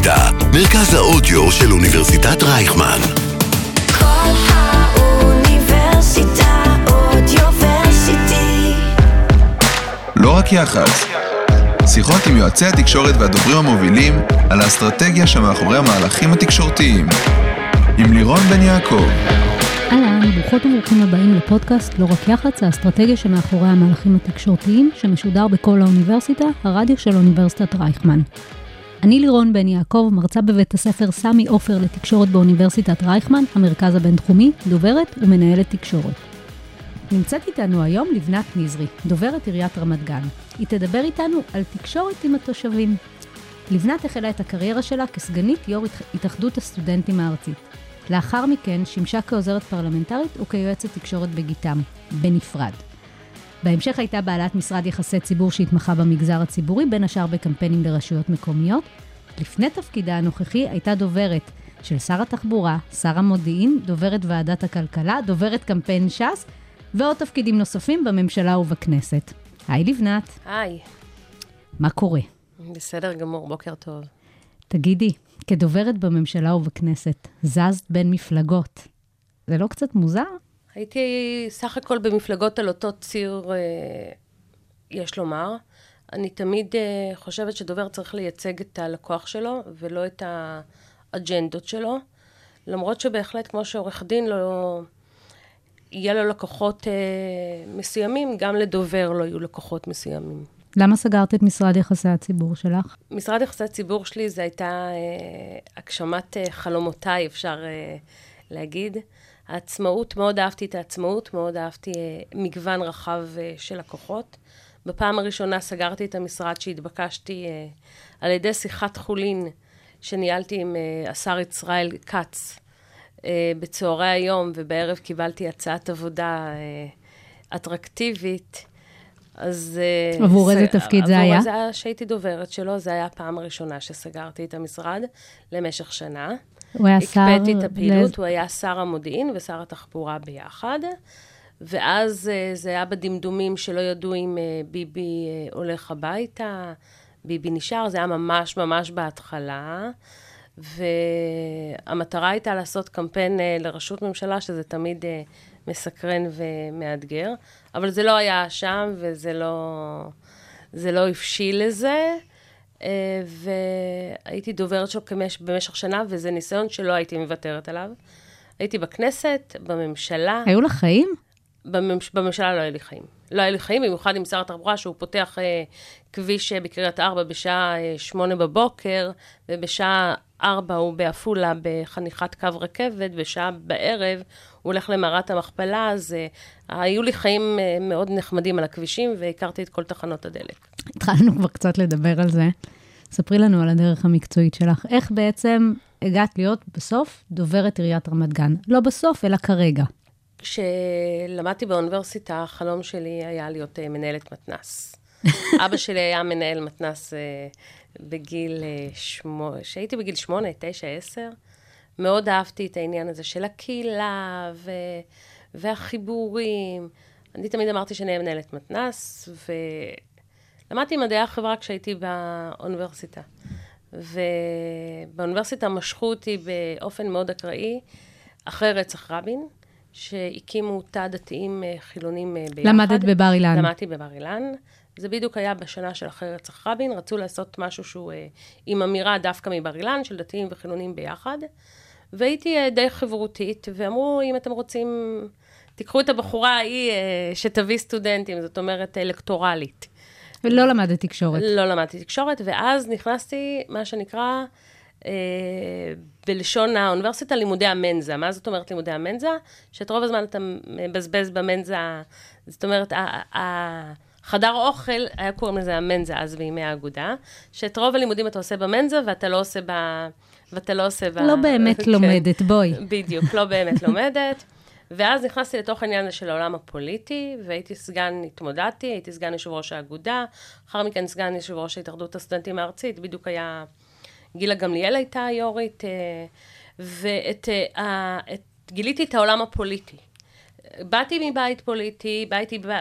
האוניברסיטה, מרכז האודיו של אוניברסיטת רייכמן. כל האוניברסיטה אודיוורסיטי. לא רק יח"צ, שיחות עם יועצי התקשורת והדוברים המובילים על האסטרטגיה שמאחורי המהלכים התקשורתיים. עם לירון בן יעקב. אהלן, ברוכות וברוכים הבאים לפודקאסט לא רק יח"צ, האסטרטגיה שמאחורי המהלכים התקשורתיים, שמשודר בכל האוניברסיטה, הרדיו של אוניברסיטת רייכמן. אני לירון בן יעקב, מרצה בבית הספר סמי עופר לתקשורת באוניברסיטת רייכמן, המרכז הבינתחומי, דוברת ומנהלת תקשורת. נמצאת איתנו היום לבנת נזרי, דוברת עיריית רמת גן. היא תדבר איתנו על תקשורת עם התושבים. לבנת החלה את הקריירה שלה כסגנית יו"ר התאחדות הסטודנטים הארצית. לאחר מכן שימשה כעוזרת פרלמנטרית וכיועצת תקשורת בגיטם, בנפרד. בהמשך הייתה בעלת משרד יחסי ציבור שהתמחה במגזר הציבורי, בין השאר בקמפיינים לרשויות מקומיות. לפני תפקידה הנוכחי הייתה דוברת של שר התחבורה, שר המודיעין, דוברת ועדת הכלכלה, דוברת קמפיין ש"ס, ועוד תפקידים נוספים בממשלה ובכנסת. היי לבנת. היי. מה קורה? בסדר גמור, בוקר טוב. תגידי, כדוברת בממשלה ובכנסת, זזת בין מפלגות. זה לא קצת מוזר? הייתי סך הכל במפלגות על אותו ציר, יש לומר. אני תמיד חושבת שדובר צריך לייצג את הלקוח שלו, ולא את האג'נדות שלו. למרות שבהחלט, כמו שעורך דין לא יהיה לו לקוחות מסוימים, גם לדובר לא יהיו לקוחות מסוימים. למה סגרת את משרד יחסי הציבור שלך? משרד יחסי הציבור שלי זה הייתה הגשמת חלומותיי, אפשר להגיד. העצמאות, מאוד אהבתי את העצמאות, מאוד אהבתי מגוון רחב של לקוחות. בפעם הראשונה סגרתי את המשרד שהתבקשתי על ידי שיחת חולין שניהלתי עם השר ישראל כץ בצהרי היום, ובערב קיבלתי הצעת עבודה אטרקטיבית. אז עבור איזה תפקיד זה היה? עבור זה שהייתי דוברת שלו, זה היה הפעם הראשונה שסגרתי את המשרד למשך שנה. הוא היה שר... הקפאתי את הפעילות, הוא היה שר המודיעין ושר התחבורה ביחד, ואז זה היה בדמדומים שלא ידעו אם ביבי הולך הביתה, ביבי נשאר, זה היה ממש ממש בהתחלה, והמטרה הייתה לעשות קמפיין לראשות ממשלה, שזה תמיד מסקרן ומאתגר, אבל זה לא היה שם, וזה לא הבשיל לזה, והייתי דוברת שלו במשך שנה, וזה ניסיון שלא הייתי מוותרת עליו. הייתי בכנסת, בממשלה. היו לך חיים? בממשלה לא היה לי חיים. לא היה לי חיים, במיוחד עם שר התחבורה, שהוא פותח כביש בקריית 4 בשעה 8 בבוקר, ובשעה 4 הוא בעפולה בחניכת קו רכבת, בשעה בערב הוא הולך למערת המכפלה, אז היו לי חיים מאוד נחמדים על הכבישים, והכרתי את כל תחנות הדלק. התחלנו כבר קצת לדבר על זה. ספרי לנו על הדרך המקצועית שלך. איך בעצם הגעת להיות בסוף דוברת עיריית רמת גן? לא בסוף, אלא כרגע. כשלמדתי באוניברסיטה, החלום שלי היה להיות מנהלת מתנ"ס. אבא שלי היה מנהל מתנ"ס בגיל שהייתי בגיל 8, 9, 10. מאוד אהבתי את העניין הזה של הקהילה והחיבורים. אני תמיד אמרתי שאני מנהלת מתנ"ס, ולמדתי מדעי החברה כשהייתי באוניברסיטה. ובאוניברסיטה משכו אותי באופן מאוד אקראי, אחרי רצח רבין, שהקימו תא דתיים חילונים ביחד. למדת בבר אילן. למדתי בבר אילן. זה בדיוק היה בשנה של אחרי רצח רבין, רצו לעשות משהו שהוא עם אמירה דווקא מבר אילן, של דתיים וחילונים ביחד. והייתי די חברותית, ואמרו, אם אתם רוצים, תיקחו את הבחורה ההיא שתביא סטודנטים, זאת אומרת אלקטורלית. ולא למדת תקשורת. לא למדתי תקשורת, ואז נכנסתי, מה שנקרא, בלשון האוניברסיטה, לימודי המנזה. מה זאת אומרת לימודי המנזה? שאת רוב הזמן אתה מבזבז במנזה, זאת אומרת, חדר אוכל, היה קוראים לזה המנזה אז בימי האגודה, שאת רוב הלימודים אתה עושה במנזה, ואתה לא עושה לא באמת לומדת, בואי. בדיוק, לא באמת לומדת. ואז נכנסתי לתוך העניין הזה של העולם הפוליטי, והייתי התמודדתי, הייתי סגן יושב ראש האגודה, אחר מכן סגן יושב ראש ההתאחדות הסטודנטים הארצית, בדיוק היה, גילה גמליאל הייתה היורית, גיליתי את העולם הפוליטי. באתי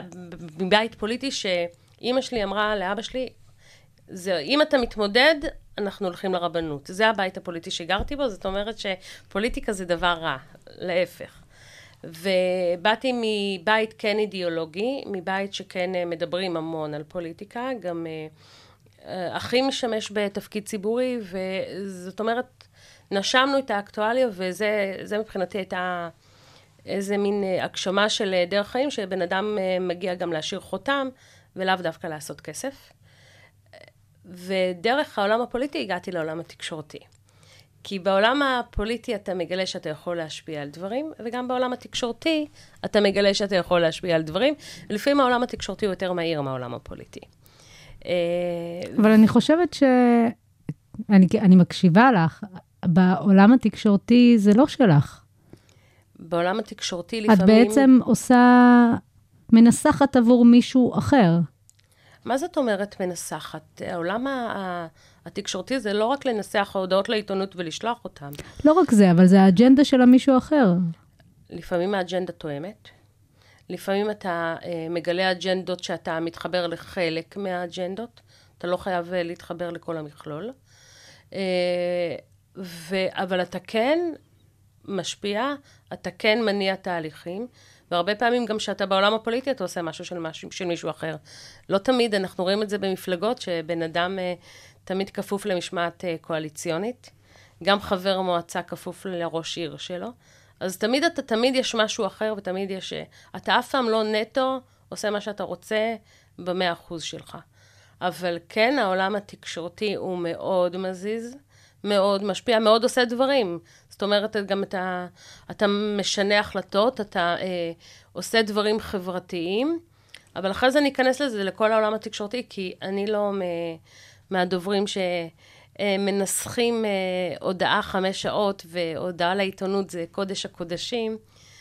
מבית פוליטי שאמא שלי אמרה לאבא שלי, אם אתה מתמודד, אנחנו הולכים לרבנות. זה הבית הפוליטי שגרתי בו, זאת אומרת שפוליטיקה זה דבר רע, להפך. ובאתי מבית כן אידיאולוגי, מבית שכן מדברים המון על פוליטיקה, גם אחי משמש בתפקיד ציבורי, וזאת אומרת, נשמנו את האקטואליה, וזה מבחינתי הייתה איזה מין הגשמה של דרך חיים, שבן אדם מגיע גם להשאיר חותם, ולאו דווקא לעשות כסף. ודרך העולם הפוליטי הגעתי לעולם התקשורתי. כי בעולם הפוליטי אתה מגלה שאתה יכול להשפיע על דברים, וגם בעולם התקשורתי אתה מגלה שאתה יכול להשפיע על דברים, ולפעמים העולם התקשורתי הוא יותר מהיר מהעולם הפוליטי. אבל אני חושבת אני מקשיבה לך, בעולם התקשורתי זה לא שלך. בעולם התקשורתי לפעמים... את בעצם מנסחת עבור מישהו אחר. מה זאת אומרת מנסחת? העולם התקשורתי זה לא רק לנסח הודעות לעיתונות ולשלוח אותם. לא רק זה, אבל זה האג'נדה של מישהו אחר. לפעמים האג'נדה תואמת. לפעמים אתה מגלה אג'נדות שאתה מתחבר לחלק מהאג'נדות. אתה לא חייב להתחבר לכל המכלול. אבל אתה כן משפיע, אתה כן מניע תהליכים, והרבה פעמים גם שאתה בעולם הפוליטי, אתה עושה משהו של מישהו אחר. לא תמיד, אנחנו רואים את זה במפלגות, שבן אדם תמיד כפוף למשמעת קואליציונית, גם חבר מועצה כפוף לראש עיר שלו, אז תמיד יש משהו אחר, ותמיד יש, אתה אף פעם לא נטו עושה מה שאתה רוצה ב100% שלך. אבל כן, העולם התקשורתי הוא מאוד מזיז, מאוד משפיע, מאוד עושה דברים. זאת אומרת, גם אתה משנה החלטות, אתה עושה דברים חברתיים, אבל אחרי זה ניכנס לזה, לכל העולם התקשורתי, כי אני לא מהדוברים שמנסחים הודעה 5 שעות, והודעה לעיתונות זה קודש הקודשים.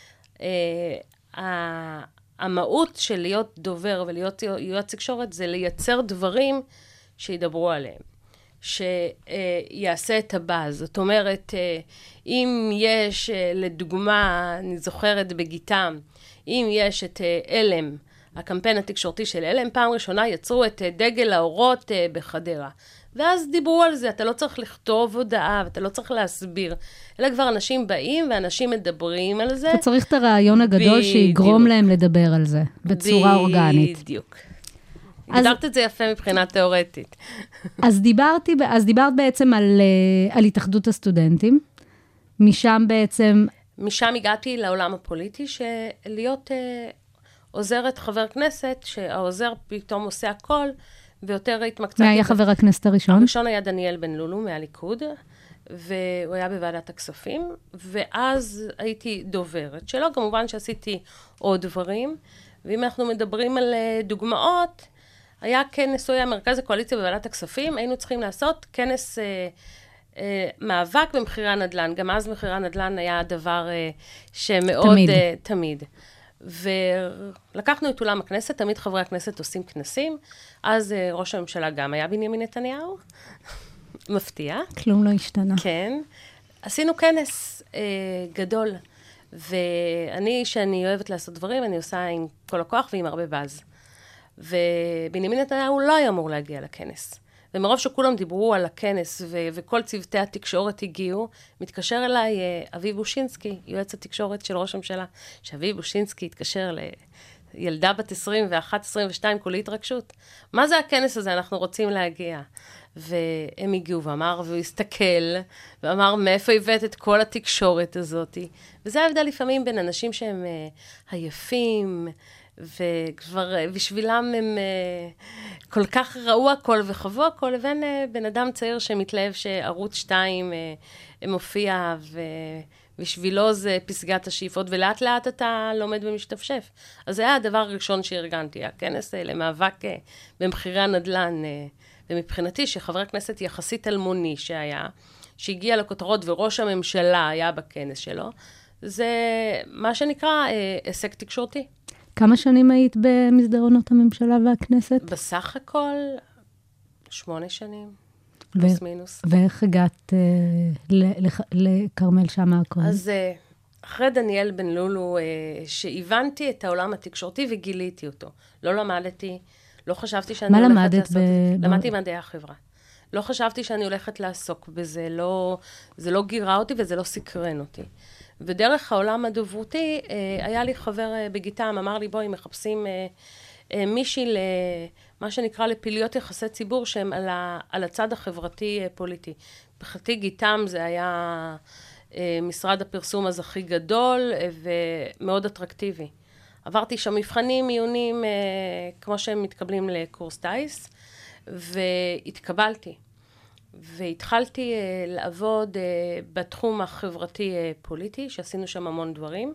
המהות של להיות דובר ולהיות יועץ תקשורת, זה לייצר דברים שידברו עליהם. שיעשה את הבאז. זאת אומרת, אם יש, לדוגמה, אני זוכרת בגיטם, אם יש את אלם, הקמפיין התקשורתי של אלם, פעם ראשונה יצרו את דגל האורות בחדרה. ואז דיברו על זה, אתה לא צריך לכתוב הודעה, ואתה לא צריך להסביר. אלא כבר אנשים באים ואנשים מדברים על זה. אתה צריך את הרעיון הגדול שיגרום להם לדבר על זה, בצורה אורגנית. בדיוק. הגדרת את זה יפה מבחינה תיאורטית. אז דיברת בעצם על התאחדות הסטודנטים. משם הגעתי לעולם הפוליטי, שלהיות עוזרת חבר כנסת, שהעוזר פתאום עושה הכל, ויותר התמקצעתי. מי היה חבר הכנסת הראשון? הראשון היה דניאל בן לולו מהליכוד, והוא היה בוועדת הכספים, ואז הייתי דוברת שלו. כמובן שעשיתי עוד דברים, ואם אנחנו מדברים על דוגמאות, היה כנס, הוא היה מרכז הקואליציה בוועדת הכספים, היינו צריכים לעשות כנס מאבק במחירי הנדל"ן. גם אז מחירי הנדל"ן היה דבר שמאוד תמיד. ולקחנו את אולם הכנסת, תמיד חברי הכנסת עושים כנסים, אז ראש הממשלה גם היה בנימין נתניהו, מפתיע. כלום לא השתנה. כן. עשינו כנס גדול, שאני אוהבת לעשות דברים, אני עושה עם כל הכוח ועם הרבה באז. ובנימין נתניהו לא היה אמור להגיע לכנס. ומרוב שכולם דיברו על הכנס, וכל צוותי התקשורת הגיעו, מתקשר אליי אביב בושינסקי, יועץ התקשורת של ראש הממשלה, שאביב בושינסקי התקשר לילדה בת 21-22, כולי התרגשות. מה זה הכנס הזה? אנחנו רוצים להגיע. והם הגיעו והוא הסתכל, ואמר, מאיפה הבאת את כל התקשורת הזאת? וזה ההבדל לפעמים בין אנשים שהם עייפים, וכבר בשבילם הם כל כך ראו הכל וחוו הכל, לבין בן אדם צעיר שמתלהב שערוץ 2 מופיע, ובשבילו זה פסגת השאיפות, ולאט לאט אתה לומד ומשתפשף. אז זה היה הדבר הראשון שארגנתי, הכנס למאבק במחירי הנדל"ן, ומבחינתי שחבר הכנסת יחסית אלמוני שהגיע לכותרות וראש הממשלה היה בכנס שלו, זה מה שנקרא הישג תקשורתי. כמה שנים היית במסדרונות הממשלה והכנסת? בסך הכל 8 שנים, פלוס מינוס. ואיך הגעת לכרמל שאמה הכהן? אז אחרי דניאל בן לולו, שהבנתי את העולם התקשורתי וגיליתי אותו. לא למדתי, לא חשבתי שאני הולכת לעשות את זה. למדתי מדעי החברה. לא חשבתי שאני הולכת לעסוק בזה, זה לא גירה אותי וזה לא סקרן אותי. ודרך העולם הדוברותי, היה לי חבר בגיטם, אמר לי, בואי, מחפשים מישהי למה שנקרא לפעילויות יחסי ציבור, שהם על הצד החברתי-פוליטי. בחלתי גיטם זה היה משרד הפרסום אז הכי גדול ומאוד אטרקטיבי. עברתי שם מבחנים, מיונים, כמו שהם מתקבלים לקורס טייס, והתקבלתי. והתחלתי לעבוד בתחום החברתי-פוליטי, שעשינו שם המון דברים,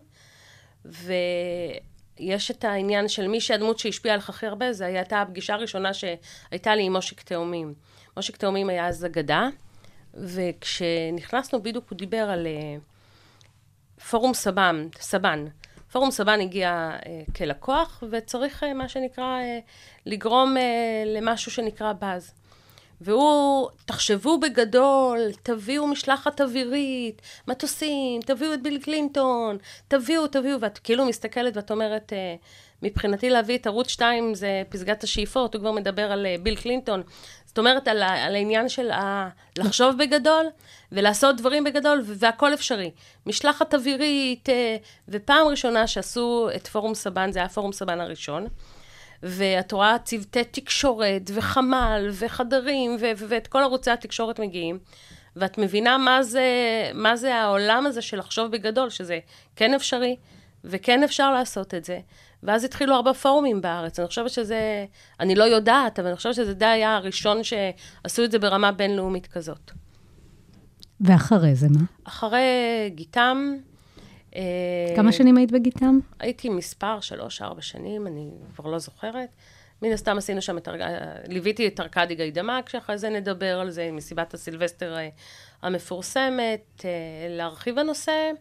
ויש את העניין של מי שהדמות שהשפיעה עליך הכי הרבה, זה הייתה הפגישה הראשונה שהייתה לי עם מושיק תאומים. מושיק תאומים היה אז אגדה, וכשנכנסנו בדיוק הוא דיבר על פורום סבן. פורום סבן הגיע כלקוח, וצריך מה שנקרא לגרום למשהו שנקרא באז. והוא, תחשבו בגדול, תביאו משלחת אווירית, מטוסים, תביאו את ביל קלינטון, תביאו, ואת כאילו מסתכלת ואת אומרת, מבחינתי להביא את ערוץ 2 זה פסגת השאיפות, הוא כבר מדבר על ביל קלינטון. זאת אומרת, על העניין של לחשוב בגדול, ולעשות דברים בגדול, והכל אפשרי. משלחת אווירית, ופעם ראשונה שעשו את פורום סבן, זה היה פורום סבן הראשון, ואת רואה צוותי תקשורת, וחמל, וחדרים, ואת כל ערוצי התקשורת מגיעים, ואת מבינה מה זה העולם הזה של לחשוב בגדול, שזה כן אפשרי, וכן אפשר לעשות את זה. ואז התחילו הרבה פורומים בארץ. אני חושבת שזה, אני לא יודעת, אבל אני חושבת שזה די היה הראשון שעשו את זה ברמה בינלאומית כזאת. ואחרי זה מה? אחרי גיטם. כמה שנים היית בגיטם? הייתי מספר 3-4 שנים, אני כבר לא זוכרת. מן הסתם עשינו שם, ליוויתי את ארקדי גיידמק, שאחרי זה נדבר על זה, מסיבת הסילבסטר המפורסמת, להרחיב הנושא.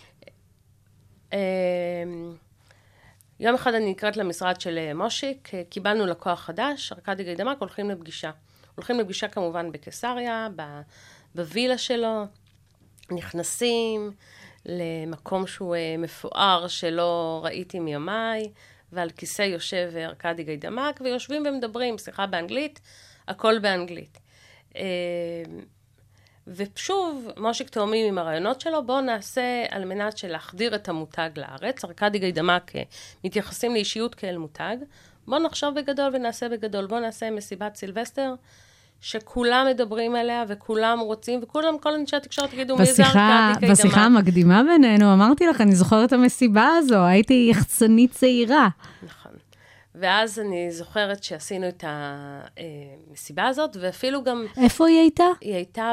יום אחד אני נקראת למשרד של מושיק, קיבלנו לקוח חדש, ארקדי גיידמק, הולכים לפגישה כמובן בקיסריה, בווילה שלו, נכנסים למקום שהוא מפואר שלא ראיתי מימיי, ועל כיסא יושב ארקדי גיידמק, ויושבים ומדברים, שיחה באנגלית, הכל באנגלית. ושוב, מושיק תאומים עם הרעיונות שלו, בואו נעשה על מנת להחדיר את המותג לארץ. ארקדי גיידמק מתייחסים לאישיות כאל מותג. בואו נחשוב בגדול ונעשה בגדול. בואו נעשה מסיבת סילבסטר, שכולם מדברים עליה וכולם רוצים, וכולם, כל אנשי התקשורת יגידו, מי זה ארקדי גיידמק. בשיחה המקדימה בינינו, אמרתי לך, אני זוכרת את המסיבה הזו, הייתי יחצנית צעירה. נכון. ואז אני זוכרת שעשינו את המסיבה הזאת, ואפילו גם... איפה היא הייתה? היא הייתה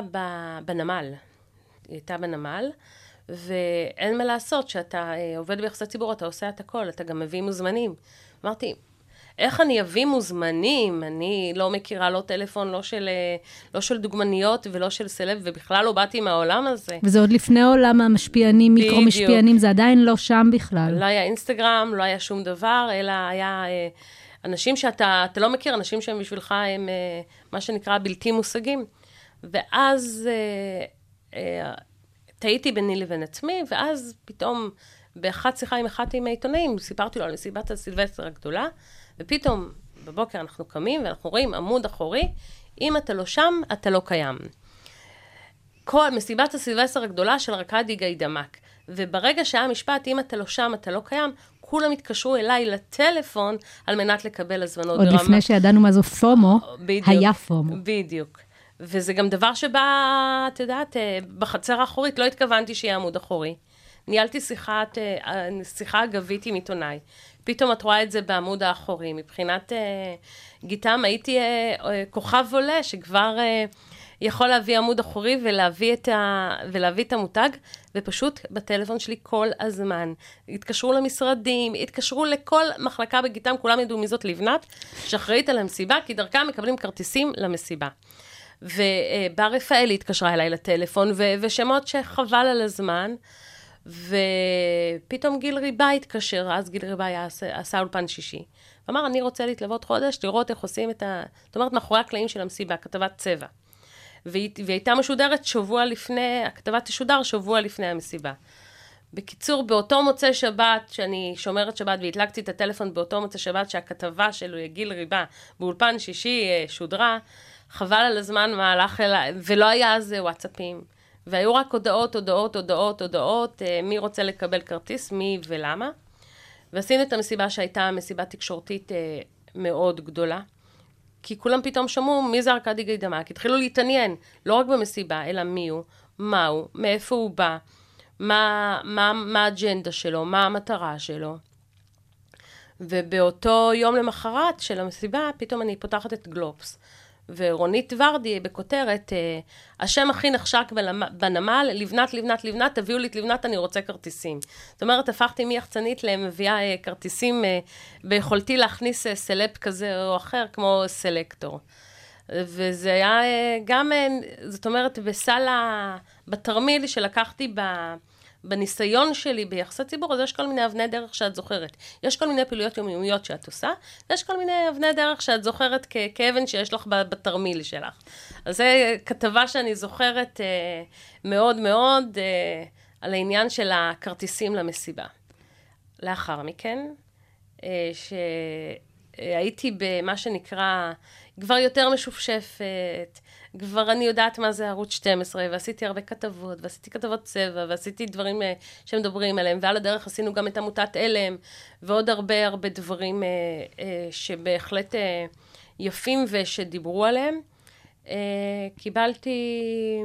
בנמל. ואין מה לעשות, שאתה עובד ביחסי ציבור, אתה עושה את הכל, אתה גם מביא מוזמנים. אמרתי, איך אני אביא מוזמנים? אני לא מכירה לא טלפון, לא של דוגמניות ולא של סלב, ובכלל לא באתי מהעולם הזה. וזה עוד לפני עולם המשפיענים, מיקרו-משפיענים, זה עדיין לא שם בכלל. לא היה אינסטגרם, לא היה שום דבר, אלא היה אנשים שאתה לא מכיר, אנשים שהם בשבילך הם מה שנקרא בלתי מושגים. ואז טעיתי ביני לבין עצמי, ואז פתאום באחת שיחה עם אחד עם העיתונאים, סיפרתי לו על מסיבת הסילבסטר הגדולה, ופתאום בבוקר אנחנו קמים ואנחנו רואים עמוד אחורי, אם אתה לא שם, אתה לא קיים. כל מסיבת הסילבסטר הגדולה של ארקדי גיידמק. וברגע שהיה משפט, אם אתה לא שם, אתה לא קיים, כולם התקשרו אליי לטלפון על מנת לקבל הזמנות. עוד לפני שידענו מה זו פומו, היה פומו. בדיוק. וזה גם דבר שבא, את יודעת, בחצר האחורית, לא התכוונתי שיהיה עמוד אחורי. ניהלתי שיחה אגבית עם עיתונאי. פתאום את רואה את זה בעמוד האחורי. מבחינת גיטם הייתי כוכב עולה שכבר יכול להביא עמוד אחורי ולהביא את המותג, ופשוט בטלפון שלי כל הזמן. התקשרו למשרדים, התקשרו לכל מחלקה בגיטם, כולם ידעו מי זאת לבנת, שאחראית על המסיבה, כי דרכם מקבלים כרטיסים למסיבה. ובר רפאלי התקשרה אליי לטלפון, ושמות שחבל על הזמן, ופתאום גיל ריבה התקשר, אז גיל ריבה עשה אולפן שישי. ואמר, אני רוצה להתלוות חודש, לראות איך עושים זאת אומרת, מאחורי הקלעים של המסיבה, כתבת צבע. והיא הייתה משודרת שבוע לפני, הכתבה תשודר שבוע לפני המסיבה. בקיצור, באותו מוצא שבת, שאני שומרת שבת, והתלקתי את הטלפון באותו מוצא שבת, שהכתבה שלו, גיל ריבה, באולפן שישי שודרה, חבל על הזמן מה הלך אליי, ולא היה אז וואטסאפים, והיו רק הודעות, מי רוצה לקבל כרטיס, מי ולמה. ועשינו את המסיבה שהייתה מסיבה תקשורתית מאוד גדולה, כי כולם פתאום שמעו מי זה ארקדי גיידמק, התחילו להתעניין, לא רק במסיבה, אלא מי הוא, מה הוא, מאיפה הוא בא, מה האג'נדה שלו, מה המטרה שלו. ובאותו יום למחרת של המסיבה, פתאום אני פותחת את גלובס, ורונית ורדי בכותרת, השם הכי נחשק בנמל, לבנת, תביאו לי את לבנת, אני רוצה כרטיסים. זאת אומרת, הפכתי מיחצנית למביאה כרטיסים, ביכולתי להכניס סלב כזה או אחר, כמו סלקטור. וזה היה גם, זאת אומרת, בתרמיל שלקחתי בניסיון שלי ביחסי ציבור, אז יש כל מיני אבני דרך שאת זוכרת. יש כל מיני פעילויות יומיומיות שאת עושה, ויש כל מיני אבני דרך שאת זוכרת כאבן שיש לך בתרמיל שלך. אז זו כתבה שאני זוכרת מאוד מאוד על העניין של הכרטיסים למסיבה. לאחר מכן, שהייתי במה שנקרא כבר יותר משופשפת, כבר אני יודעת מה זה ערוץ 12, ועשיתי הרבה כתבות, ועשיתי כתבות צבע, ועשיתי דברים שמדברים עליהם, ועל הדרך עשינו גם את עמותת אלם, ועוד הרבה דברים שבהחלט יפים ושדיברו עליהם. קיבלתי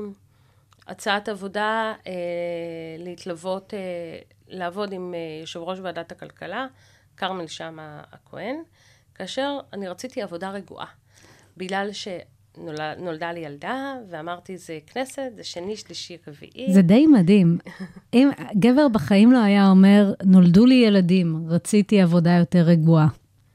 הצעת עבודה להתלוות, לעבוד עם יושב ראש ועדת הכלכלה, כרמל שאמה הכהן, כאשר אני רציתי עבודה רגועה, בגלל שנולדה לי ילדה, ואמרתי, זה כנסת, זה שני, שלישי, רביעי. זה די מדהים. אם גבר בחיים לא היה אומר, נולדו לי ילדים, רציתי עבודה יותר רגועה.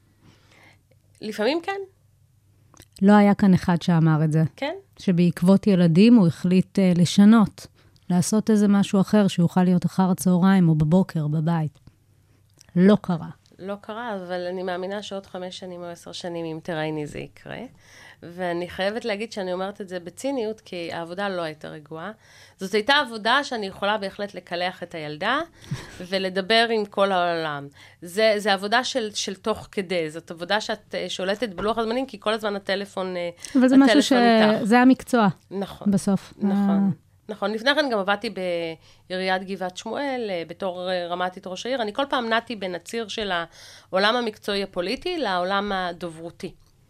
לפעמים כן. לא היה כאן אחד שאמר את זה. כן. שבעקבות ילדים הוא החליט לשנות, לעשות איזה משהו אחר, שיוכל להיות אחר הצהריים או בבוקר, בבית. לא קרה. לא קרה, אבל אני מאמינה שעוד 5 שנים או 10 שנים, אם תראיני זה יקרה. ואני חייבת להגיד שאני אומרת את זה בציניות, כי העבודה לא הייתה רגועה. זאת הייתה עבודה שאני יכולה בהחלט לקלח את הילדה, ולדבר עם כל העולם. זה עבודה של תוך כדי, זאת עבודה שאת שולטת בלוח הזמנים, כי כל הזמן הטלפון איתך. אבל זה משהו שזה המקצוע. נכון. בסוף. נכון, לפני כן גם עבדתי בעיריית גבעת שמואל, בתור רמ"טית ראש העיר. אני כל פעם נעתי בין הציר של העולם המקצועי הפוליטי לעולם הדוברותי.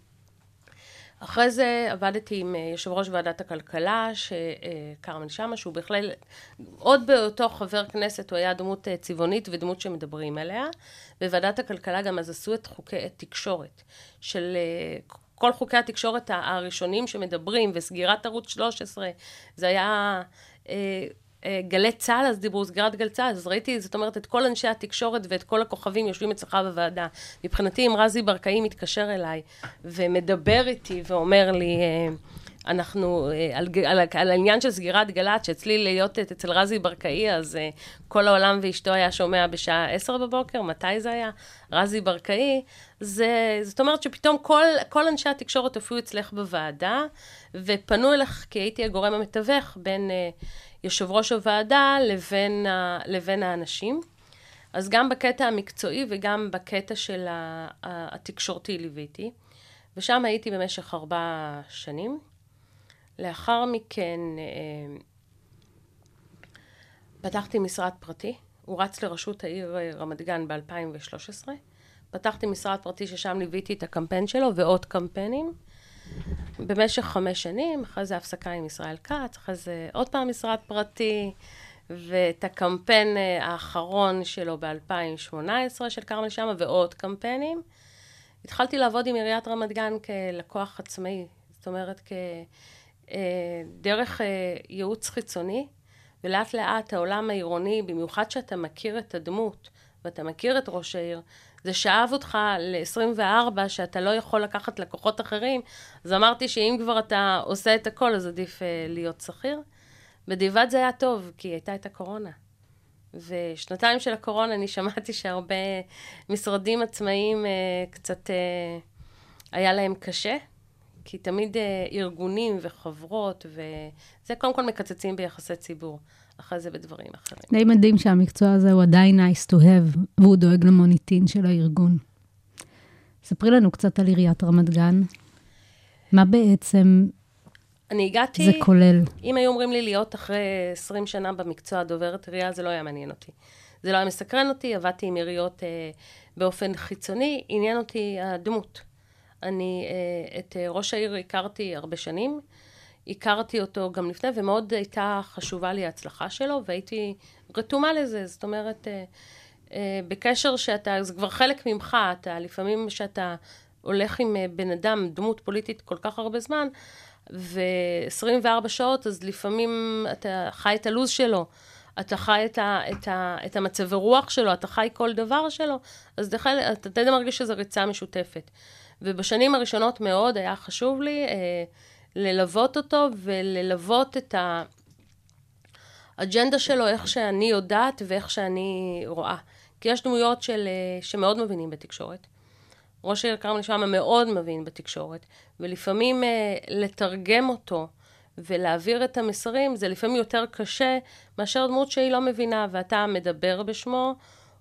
אחרי זה עבדתי עם יושב ראש ועדת הכלכלה, כרמל שאמה, שהוא בכלל, עוד באותו חבר כנסת, הוא היה דמות צבעונית ודמות שמדברים עליה. בוועדת הכלכלה גם אז עשו את חוקי תקשורת של כל חוקי התקשורת הראשונים שמדברים, וסגירת ערוץ 13, זה היה גלי צהל, אז דיברו סגירת גלי צהל, אז ראיתי, זאת אומרת, את כל אנשי התקשורת ואת כל הכוכבים יושבים אצלך בוועדה. מבחינתי, אם רזי ברקאי מתקשר אליי ומדבר איתי ואומר לי, אנחנו, על העניין של סגירת גל"צ, שאצלי להיות אצל רזי ברקאי, אז כל העולם ואשתו היה שומע בשעה 10 בבוקר, מתי זה היה? רזי ברקאי, זאת אומרת שפתאום כל אנשי התקשורת הופיעו אצלך בוועדה, ופנו אליך, כי הייתי הגורם המתווך בין יושב ראש הוועדה לבין האנשים. אז גם בקטע המקצועי וגם בקטע של התקשורתי ליוויתי, ושם הייתי במשך 4 שנים. לאחר מכן פתחתי משרד פרטי, הוא רץ לראשות העיר רמת גן ב-2013, פתחתי משרד פרטי ששם ליוויתי את הקמפיין שלו ועוד קמפיינים, במשך 5 שנים, אחרי זה הפסקה עם ישראל כץ, אחרי זה עוד פעם משרד פרטי, ואת הקמפיין האחרון שלו ב-2018 של כרמל שאמה ועוד קמפיינים. התחלתי לעבוד עם עיריית רמת גן כלקוח עצמאי, זאת אומרת דרך ייעוץ חיצוני, ולאט לאט העולם העירוני, במיוחד שאתה מכיר את הדמות, ואתה מכיר את ראש העיר, זה שאב אותך ל-24, שאתה לא יכול לקחת לקוחות אחרים, אז אמרתי שאם כבר אתה עושה את הכל, אז עדיף להיות שכיר. בדיעבד זה היה טוב, כי הייתה את הקורונה. ושנתיים של הקורונה אני שמעתי שהרבה משרדים עצמאיים קצת היה להם קשה, כי תמיד ארגונים וחברות, וזה קודם כל מקצצים ביחסי ציבור, אחרי זה בדברים אחרים. די מדהים שהמקצוע הזה הוא עדיין nice to have, והוא דואג למוניטין של הארגון. ספרי לנו קצת על עיריית רמת גן. מה בעצם אני הגעתי... זה כולל? אם היו אומרים לי להיות אחרי 20 שנה במקצוע דוברת עירייה, זה לא היה מעניין אותי. זה לא היה מסקרן אותי, עבדתי עם עיריות באופן חיצוני, עניין אותי הדמות. אני את ראש העיר הכרתי הרבה שנים, הכרתי אותו גם לפני, ומאוד הייתה חשובה לי ההצלחה שלו, והייתי רתומה לזה. זאת אומרת, בקשר שאתה, זה כבר חלק ממך, אתה לפעמים שאתה הולך עם בן אדם, דמות פוליטית כל כך הרבה זמן, ו-24 שעות, אז לפעמים אתה חי את הלוז שלו, אתה חי את המצב הרוח שלו, אתה חי כל דבר שלו, אז אתה די מרגיש שזו ריצה משותפת. ובשנים הראשונות מאוד היה חשוב לי ללוות אותו, וללוות את האג'נדה שלו, איך שאני יודעת ואיך שאני רואה. כי יש דמויות שמאוד מבינים בתקשורת. ראש העיר כרמל שאמה מאוד מבין בתקשורת, ולפעמים לתרגם אותו ולהעביר את המסרים, זה לפעמים יותר קשה מאשר דמות שהיא לא מבינה, ואתה מדבר בשמו,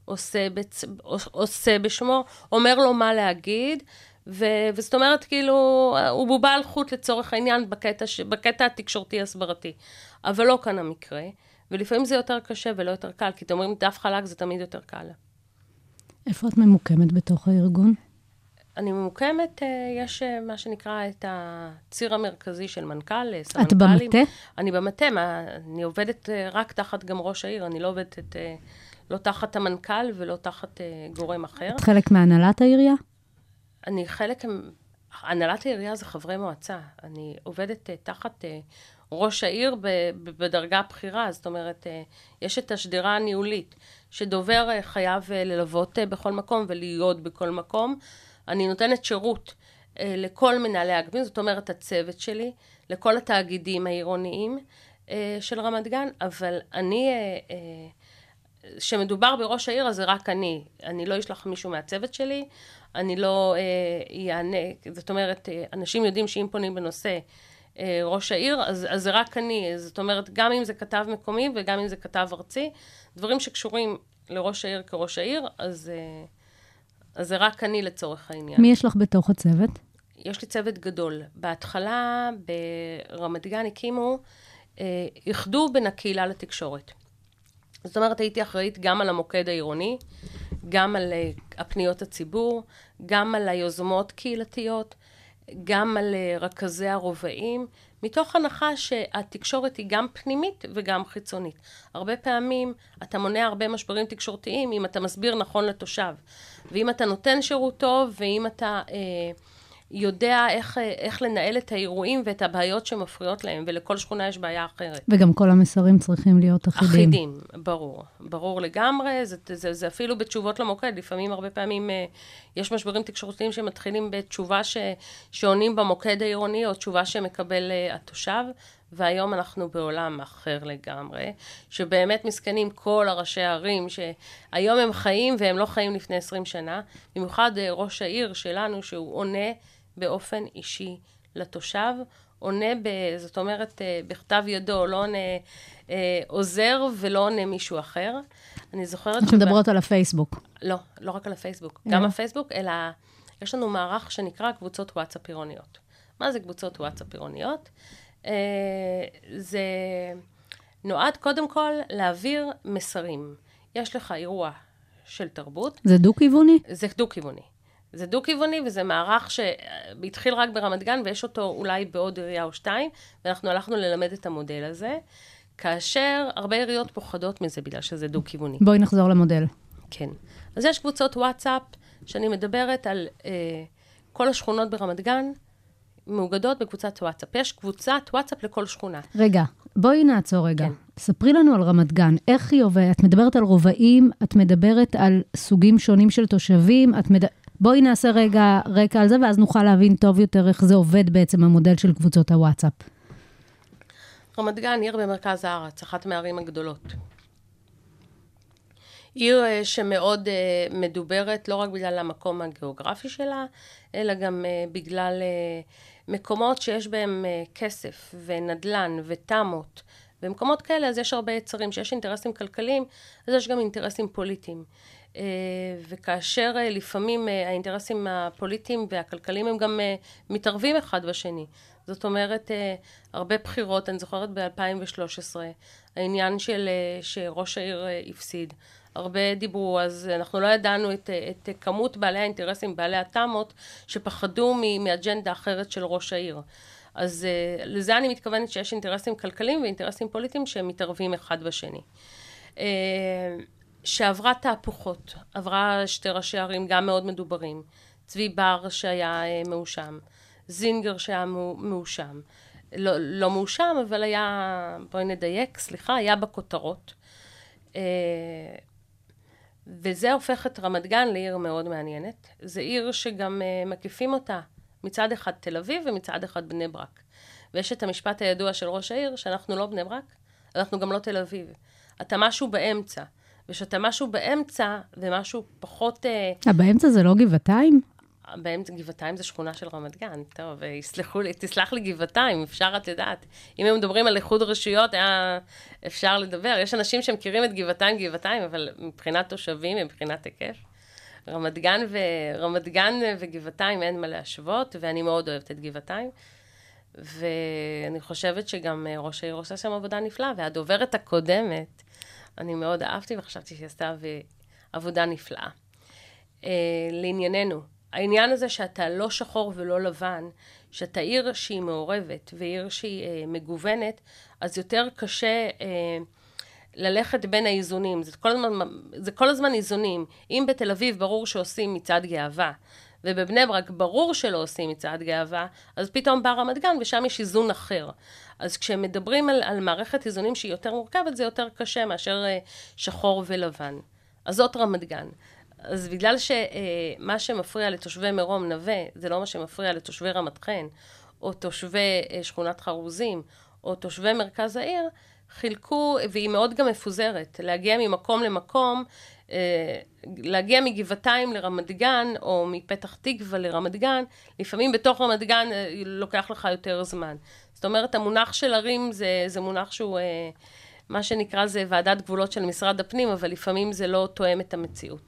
עושה בשמו, אומר לו מה להגיד, וזאת אומרת כאילו, הוא בובה על חוט לצורך העניין בקטע התקשורתי הסברתי. אבל לא כאן המקרה, ולפעמים זה יותר קשה ולא יותר קל, כי אתם אומרים דף חלק זה תמיד יותר קל. איפה את ממוקמת בתוך הארגון? אני ממוקמת, יש מה שנקרא את הציר המרכזי של מנכ"ל, סמנכ"לים. את במטה? אני במטה, אני עובדת רק תחת גם ראש העיר, אני לא עובדת לא תחת המנכ"ל ולא תחת גורם אחר. את חלק מהנהלת העירייה? אני חלק, הנהלת העירייה זה חברי מועצה, אני עובדת תחת ראש העיר בדרגה הבכירה, זאת אומרת, יש את השדרה הניהולית, שדובר חייב ללוות בכל מקום ולהיות בכל מקום, אני נותנת שירות לכל מנהלי האגפים, זאת אומרת הצוות שלי, לכל התאגידים העירוניים של רמת גן, אבל אני, שמדובר בראש העיר, אז זה רק אני לא אשלח מישהו מהצוות שלי, אני לא יענה, זאת אומרת, אנשים יודעים שאם פונים בנושא ראש העיר, אז זה רק אני, זאת אומרת, גם אם זה כתב מקומי וגם אם זה כתב ארצי, דברים שקשורים לראש העיר כראש העיר, אז זה רק אני לצורך העניין. מי יש לך בתוך הצוות? יש לי צוות גדול. בהתחלה ברמת גן הקימו, יחדו בין הקהילה לתקשורת. זאת אומרת, הייתי אחראית גם על המוקד העירוני, גם על הפניות הציבור, גם על היוזמות קהילתיות, גם על רכזי הרובעים, מתוך הנחה שהתקשורת היא גם פנימית וגם חיצונית. הרבה פעמים אתה מונע הרבה משברים תקשורתיים אם אתה מסביר נכון לתושב. ואם אתה נותן שירות טוב, ואם אתה יודע איך לנהל את האירועים ואת הבעיות שמפריעות להם, ולכל שכונה יש בעיה אחרת. וגם כל המסרים צריכים להיות אחידים. אחידים, ברור. ברור לגמרי, זה אפילו בתשובות למוקד. לפעמים הרבה פעמים יש משברים תקשורתיים שמתחילים בתשובה שעונים במוקד העירוני, או תשובה שמקבל התושב, והיום אנחנו בעולם אחר לגמרי, שבאמת מסכנים כל הראשי הערים, שהיום הם חיים והם לא חיים לפני 20 שנה, במיוחד ראש העיר שלנו, שהוא עונה באופן אישי לתושב, עונה, זאת אומרת, בכתב ידו, לא עונה עוזר ולא עונה מישהו אחר. אני זוכרת אנחנו מדברות על הפייסבוק. לא, לא רק על הפייסבוק. גם הפייסבוק, אלא יש לנו מערך שנקרא קבוצות וואטסאפ עירוניות. מה זה קבוצות וואטסאפ עירוניות? זה נועד קודם כל להעביר מסרים. יש לך אירוע של תרבות. זה דו-כיווני? זה דו-כיווני. זה דו-כיווני, וזה מערך שהתחיל רק ברמת גן, ויש אותו אולי בעוד עירייה או שתיים, ואנחנו הלכנו ללמד את המודל הזה, כאשר הרבה עיריות פוחדות מזה, בגלל שזה דו-כיווני. בואי נחזור למודל. כן. אז יש קבוצות וואטסאפ, שאני מדברת על כל השכונות ברמת גן, מאוגדות בקבוצת וואטסאפ. יש קבוצת וואטסאפ לכל שכונה. רגע, בואי נעצור רגע. כן. ספרי לנו על רמת גן. איך היא עובדת? את מדברת על רובעים, את מדברת על סוגים שונים של תושבים, בואי נעשה רגע רקע על זה, ואז נוכל להבין טוב יותר איך זה עובד בעצם המודל של קבוצות הוואטסאפ. רמת גן, עיר במרכז הארץ, אחת מהערים הגדולות. עיר שמאוד מדוברת, לא רק בגלל המקום הגיאוגרפי שלה, אלא גם בגלל מקומות שיש בהם כסף ונדלן ותמות. במקומות כאלה אז יש הרבה יצרים, שיש אינטרסים כלכליים, אז יש גם אינטרסים פוליטיים. וכאשר לפעמים האינטרסים הפוליטיים והכלכליים הם גם מתערבים אחד בשני. זאת אומרת, הרבה בחירות, אני זוכרת ב-2013, העניין שראש העיר הפסיד. הרבה דיברו, אז אנחנו לא ידענו את כמות בעלי האינטרסים, בעלי התאמות, שפחדו מאג'נדה אחרת של ראש העיר. אז לזה אני מתכוונת שיש אינטרסים כלכליים ואינטרסים פוליטיים שהם מתערבים אחד בשני. שעברה תהפוכות, עברה שתי ראשי ערים גם מאוד מדוברים, צבי בר שהיה מאושם, זינגר שהיה מאושם, לא מאושם אבל היה, בואי נדייק, סליחה, היה בכותרות, וזה הופך את רמת גן לעיר מאוד מעניינת, זה עיר שגם מקיפים אותה מצד אחד תל אביב ומצד אחד בני ברק, ויש את המשפט הידוע של ראש העיר שאנחנו לא בני ברק, אנחנו גם לא תל אביב, אתה משהו באמצע, ושאתה משהו באמצע, ומשהו פחות... באמצע זה לא גבעתיים? באמצע גבעתיים זה שכונה של רמת גן. טוב, תסלח לי גבעתיים, אפשר את לדעת. אם הם מדברים על איחוד רשויות, אפשר לדבר. יש אנשים שמכירים את גבעתיים, אבל מבחינת תושבים, מבחינת היקף. רמת גן וגבעתיים אין מה להשוות, ואני מאוד אוהבת את גבעתיים. ואני חושבת שגם ראש העיר עושה שם עבודה נפלאה, והדוברת הקודמת, אני מאוד אהבתי וחשבתי שהיא עשתה עבודה נפלאה. לענייננו, העניין הזה שאתה לא שחור ולא לבן, שאתה עיר שהיא מעורבת ועיר שהיא מגוונת, אז יותר קשה ללכת בין האיזונים. זה כל הזמן איזונים. אם בתל אביב ברור שעושים מצעד גאווה, ובבני ברק ברור שלא עושים מצעד גאווה, אז פתאום בא רמת גן ושם יש איזון אחר. אז כשמדברים על מערכת איזונים שהיא יותר מורכבת, זה יותר קשה מאשר שחור ולבן. אז זאת רמת גן. אז בגלל שמה שמפריע לתושבי מרום נווה, זה לא מה שמפריע לתושבי רמת חן, או תושבי שכונת חרוזים, או תושבי מרכז העיר, חילקו, והיא מאוד גם מפוזרת, להגיע ממקום למקום, להגיע מגבעתיים לרמת גן, או מפתח תקווה לרמת גן, לפעמים בתוך רמת גן לוקח לך יותר זמן. זאת אומרת, המונח של ערים זה מונח שהוא, מה שנקרא זה ועדת גבולות של משרד הפנים, אבל לפעמים זה לא תואם את המציאות.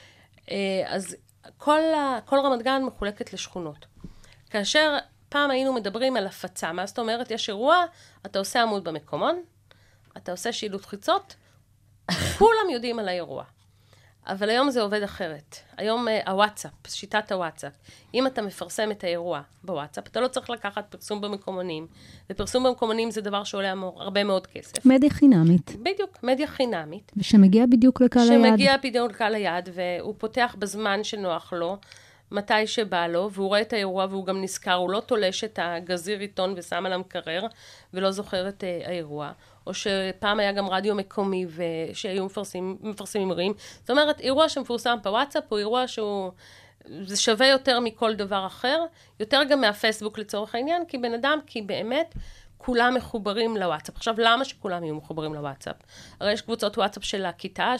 אז כל רמת גן מחולקת לשכונות. כאשר פעם היינו מדברים על הפצה, מה זאת אומרת? יש אירוע, אתה עושה עמוד במקומון, אתה עושה שילוט חיצות, כולם יודעים על האירוע. אבל היום זה עובד אחרת. היום הוואטסאפ, שיטת הוואטסאפ. אם אתה מפרסם את האירוע בוואטסאפ, אתה לא צריך לקחת פרסום במקומונים, ופרסום במקומונים זה דבר שעולה הרבה מאוד כסף. מדיה חינמית. בדיוק, מדיה חינמית. ושמגיע בדיוק לקהל היעד. שמגיע בדיוק לקהל היעד, והוא פותח בזמן שנוח לו, מתי שבא לו, והוא רואה את האירוע והוא גם נזכר, הוא לא תולש את הגזיר עיתון ושם על המקרר, ולא זוכר את האירוע. או שפעם היה גם רדיו מקומי, שהיו מפרסמים אירועים. זאת אומרת, אירוע שמפורסם בוואטסאפ, הוא אירוע זה שווה יותר מכל דבר אחר, יותר גם מהפייסבוק לצורך העניין, כי באמת, כולם מחוברים לוואטסאפ. עכשיו, למה שכולם יהיו מחוברים לוואטסאפ? הרי יש קבוצות וואטסאפ של הכיתה,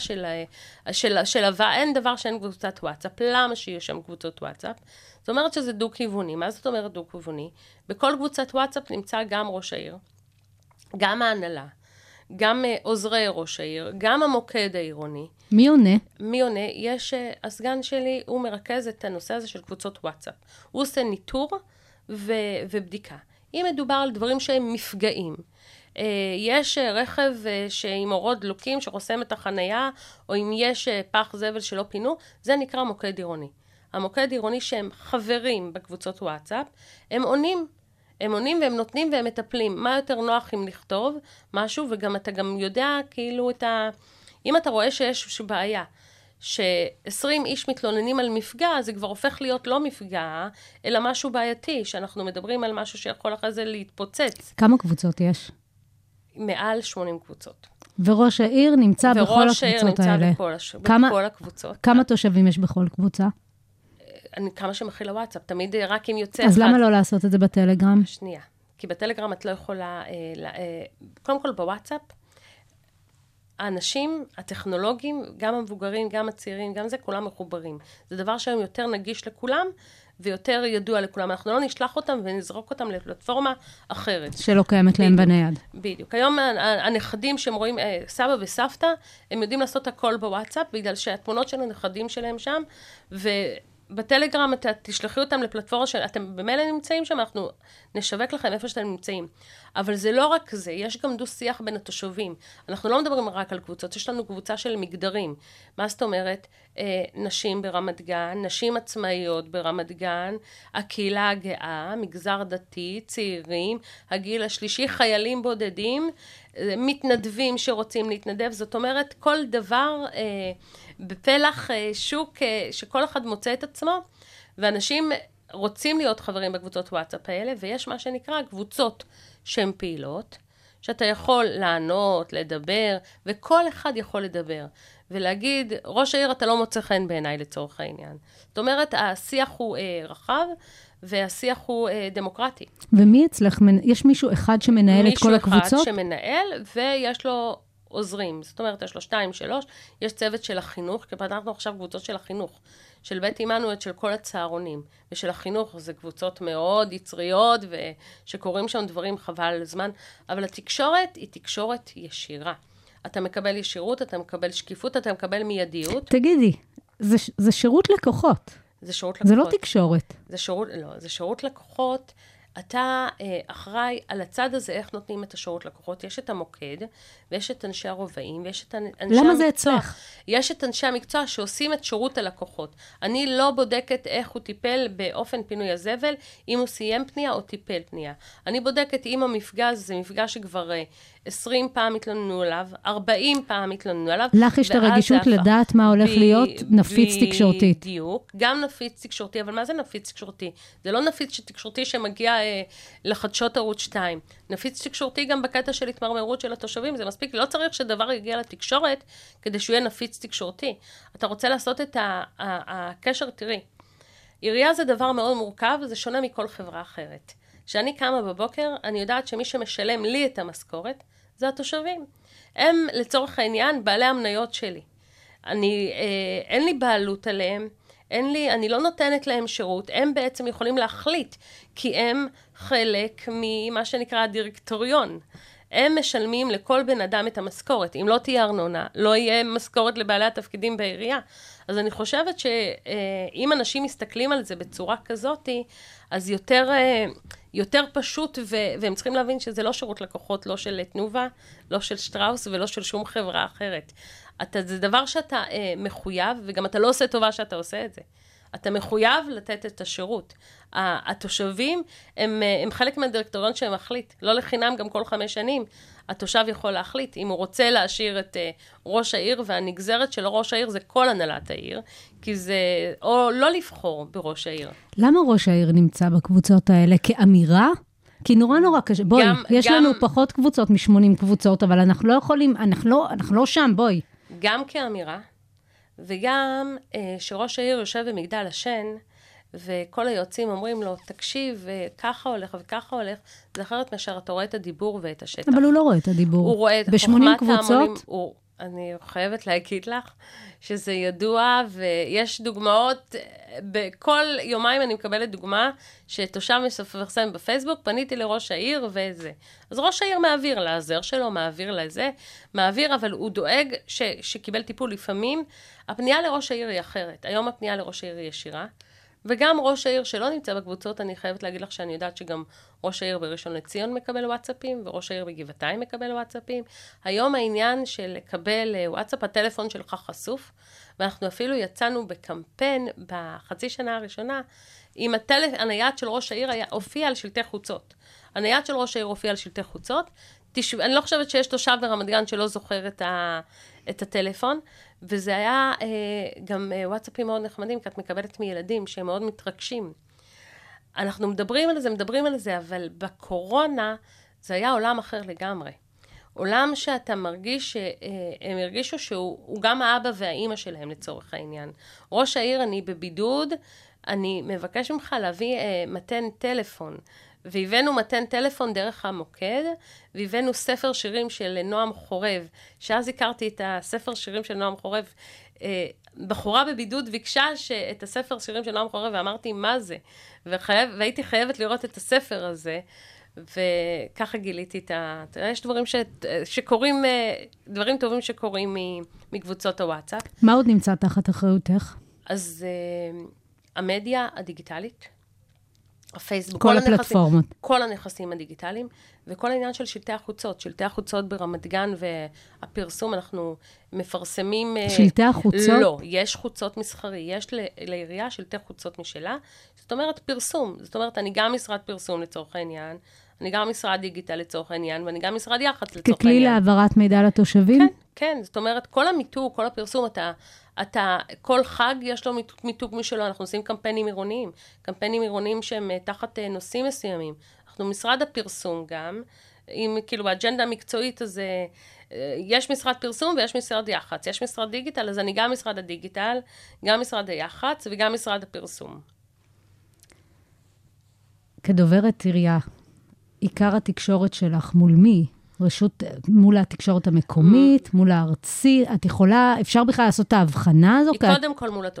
של אין דבר שאין קבוצת וואטסאפ. למה שיהיו שם קבוצות וואטסאפ? זאת אומרת שזה דו-כיווני. מה זאת אומרת דו-כיווני? בכל קבוצת וואטסאפ נמצא גם ראש העיר, גם ההנהלה, גם עוזרי ראש העיר, גם המוקד העירוני. מי עונה? יש, הסגן שלי, הוא מרכז את הנושא הזה של קבוצות וואטסאפ. הוא עושה ניטור ובדיקה. אם מדובר על דברים שהם מפגעים, יש רכב עם אורות דלוקים שחוסם את החנייה, או אם יש פח זבל שלא פינו, זה נקרא מוקד עירוני. המוקד עירוני שהם חברים בקבוצות וואטסאפ, הם עונים והם נותנים והם מטפלים. מה יותר נוח אם לכתוב משהו, וגם אתה גם יודע כאילו אם אתה רואה שיש בעיה, ש20 איש מתלוננים על מפגע, זה כבר הופך להיות לא מפגע, אלא משהו בעייתי, שאנחנו מדברים על משהו שיכול אחרי זה להתפוצץ. כמה קבוצות יש? מעל 80 קבוצות. וראש העיר נמצא בכל הקבוצות האלה. וראש העיר נמצא בכל הקבוצות. כמה תושבים יש בכל קבוצה? כמה שמכיל הוואטסאפ, תמיד רק אם יוצא אז למה לא לעשות את זה בטלגרם? שנייה, כי בטלגרם את לא יכולה, קודם כל בוואטסאפ, האנשים, הטכנולוגיים, גם המבוגרים, גם הצעירים, גם זה, כולם מחוברים. זה דבר שהיום יותר נגיש לכולם, ויותר ידוע לכולם. אנחנו לא נשלח אותם ונזרוק אותם לפלטפורמה אחרת. שלא קיימת להם בנייד. בדיוק. היום הנכדים שהם רואים סבא וסבתא, הם יודעים לעשות הכל בוואטסאפ, בגלל שהתמונות של הנכדים שלהם שם, בטלגרם אתה תשלחי אותם לפלטפורמה אתם במילא נמצאים שם, אנחנו נשווק לכם איפה שאתם נמצאים. אבל זה לא רק זה, יש גם דו שיח בין התושבים. אנחנו לא מדברים רק על קבוצות, יש לנו קבוצה של מגדרים. מה זאת אומרת? נשים ברמת גן, נשים עצמאיות ברמת גן, הקהילה הגאה, מגזר דתי, צעירים, הגיל השלישי, חיילים בודדים, מתנדבים שרוצים להתנדב. זאת אומרת, כל דבר בפלח שוק שכל אחד מוצא את עצמו, ואנשים רוצים להיות חברים בקבוצות וואטסאפ האלה, ויש מה שנקרא קבוצות שהן פעילות, שאתה יכול לענות, לדבר, וכל אחד יכול לדבר, ולהגיד, ראש העיר אתה לא מוצא חן בעיניי לצורך העניין. זאת אומרת, השיח הוא רחב, והשיח הוא דמוקרטי. ומי אצלך? יש מישהו אחד שמנהל את כל הקבוצות? מישהו אחד שמנהל, ויש לו עוזרים. זאת אומרת, יש לו 2, 3, יש צוות של החינוך, כי פתחנו עכשיו קבוצות של החינוך, של בית עמנואל, של כל הצהרונים, ושל החינוך, זה קבוצות מאוד יצריות, ושקוראים שם דברים חבל על זמן, אבל התקשורת היא תקשורת ישירה. אתה מקבל ישירות, אתה מקבל שקיפות, אתה מקבל מיידיות. תגידי, זה שירות לקוחות. זה שירות לקוחות. זה לא תקשורת. זה שירות לקוחות. אתה אחראי על הצד הזה, איך נותנים את השירות לקוחות. יש את המוקד, ויש את אנשי הרובעים, ויש את אנשי המקצוע. למה זה אצלך? יש את אנשי המקצוע שעושים את שירות הלקוחות. אני לא בודקת איך הוא טיפל באופן פינוי הזבל, אם הוא סיים פנייה או טיפל פנייה. אני בודקת אם המפגש זה מפגש שכבר 20 פעם התלוננו עליו, 40 פעם התלוננו עליו. לך יש את הרגישות לדעת מה הולך להיות נפיץ תקשורתית. בדיוק, גם נפיץ תקשורתי, אבל מה זה נפיץ תקשורתי? זה לא נפיץ תקשורתי שמגיע לחדשות ערוץ 2. נפיץ תקשורתי גם בקטע של התמרמרות של התושבים, זה מספיק, לא צריך שדבר יגיע לתקשורת כדי שהוא יהיה נפיץ תקשורתי. אתה רוצה לעשות את הקשר, תראי. עירייה זה דבר מאוד מורכב, זה שונה מכל חברה אחרת. כשאני קמה בבוקר, אני יודעת שמי שמשלם לי את המשכורת, זה התושבים. הם לצורך העניין בעלי המניות שלי. אין לי בעלות עליהם, אני לא נותנת להם שירות, הם בעצם יכולים להחליט, כי הם חלק ממה שנקרא הדירקטוריון. הם משלמים לכל בן אדם את המשכורת. אם לא תהיה ארנונה, לא יהיה משכורת לבעלי התפקידים בעירייה. אז אני חושבת שאם אנשים מסתכלים על זה בצורה כזאת, אז יותר פשוט, והם צריכים להבין שזה לא שירות לקוחות, לא של תנובה, לא של שטראוס ולא של שום חברה אחרת. זה דבר שאתה מחויב, וגם אתה לא עושה טובה שאתה עושה את זה. אתה מחויב לתת את השירות. התושבים הם חלק מהדירקטוריון שהם מחליט. לא לחינם גם כל 5 שנים. התושב יכול להחליט אם הוא רוצה להשאיר את ראש העיר, והנגזרת של ראש העיר זה כל הנהלת העיר, כי זה, או לא לבחור בראש העיר. למה ראש העיר נמצא בקבוצות האלה? כאמירה? כי נורא קשה. בואי, יש לנו פחות קבוצות מ-80 קבוצות, אבל אנחנו לא יכולים, אנחנו לא שם, בואי. גם כאמירה, וגם שראש העיר יושב במגדל השן, וכל היועצים אומרים לו, תקשיב, ככה הולך וככה הולך, זה אחרת מאשר אתה רואה את הדיבור ואת השטח. אבל הוא לא רואה את הדיבור. הוא רואה את ב-80 קבוצות? אני חייבת להגיד לך שזה ידוע, ויש דוגמאות, בכל יומיים אני מקבלת דוגמה, שתושב מפרסם בפייסבוק, פניתי לראש העיר וזה. אז ראש העיר מעביר לעזר שלו, מעביר לזה, מעביר, אבל הוא דואג שקיבל טיפול לפעמים. הפנייה לראש העיר היא אחרת. היום הפנייה לראש העיר היא ישירה. וגם ראש העיר שלא נמצא בקבוצות, אני חייבת להגיד לך שאני יודעת שגם ראש העיר בראשון לציון מקבל וואטסאפים, וראש העיר בגבעתיים מקבל וואטסאפים. היום העניין של לקבל וואטסאפ, הטלפון שלך חשוף, ואנחנו אפילו יצאנו בקמפיין בחצי שנה הראשונה, עם הנייד של ראש העיר הופיע על שלטי חוצות. הנייד של ראש העיר הופיע על שלטי חוצות, אני לא חושבת שיש תושב ברמת גן שלא זוכר את הטלפון, וזה היה גם וואטסאפים מאוד נחמדים, כי את מקבלת מילדים שהם מאוד מתרגשים. אנחנו מדברים על זה, אבל בקורונה זה היה עולם אחר לגמרי. עולם שאתה מרגיש שהם הרגישו שהוא גם האבא והאימא שלהם לצורך העניין. ראש העיר, אני בבידוד, אני מבקש ממך להביא מתן טלפון, והבאנו מתן טלפון דרך המוקד, והבאנו ספר שירים של נועם חורב, שאז הכרתי את הספר שירים של נועם חורב, בחורה בבידוד ביקשה את הספר שירים של נועם חורב, ואמרתי, מה זה? והייתי חייבת לראות את הספר הזה, וככה גיליתי יש דברים שקורים, דברים טובים שקורים מקבוצות הוואטסאפ. מה עוד נמצא תחת אחריותך? אז המדיה הדיגיטלית, הפייסבוק, כל הפלטפורמות. כל הנכסים הדיגיטליים, וכל העניין של שלטי החוצות. שלטי החוצות ברמת גן והפרסום, אנחנו מפרסמים... שלטי החוצות? לא, יש חוצות מסחרי, יש לעירייה שלטי חוצות משלה, זאת אומרת פרסום, זאת אומרת אני גם משרד פרסום לצורך העניין, אני גם משרד דיגיטל לצורך העניין, ואני גם משרד יח"צ לצורך העניין. ככלי להעברת מידע לתושבים? כן, כן, זאת אומרת כל המיתוג, כל הפרסום, כל חג יש לו מיתוג משלו, אנחנו עושים קמפיינים עירוניים שהם תחת נושאים מסוימים. אנחנו משרד הפרסום גם, כאילו באג'נדה המקצועית הזה, יש משרד פרסום ויש משרד יח"צ, יש משרד דיגיטל, אז אני גם משרד הדיגיטל, גם משרד היח"צ וגם משרד הפרסום. כדוברת עירייה, עיקר התקשורת שלך מול מי? מול התקשורת המקומית, מול הארצי, את יכולה, אפשר בכלל לעשות את ההבחנה הזו? היא קודם כל מול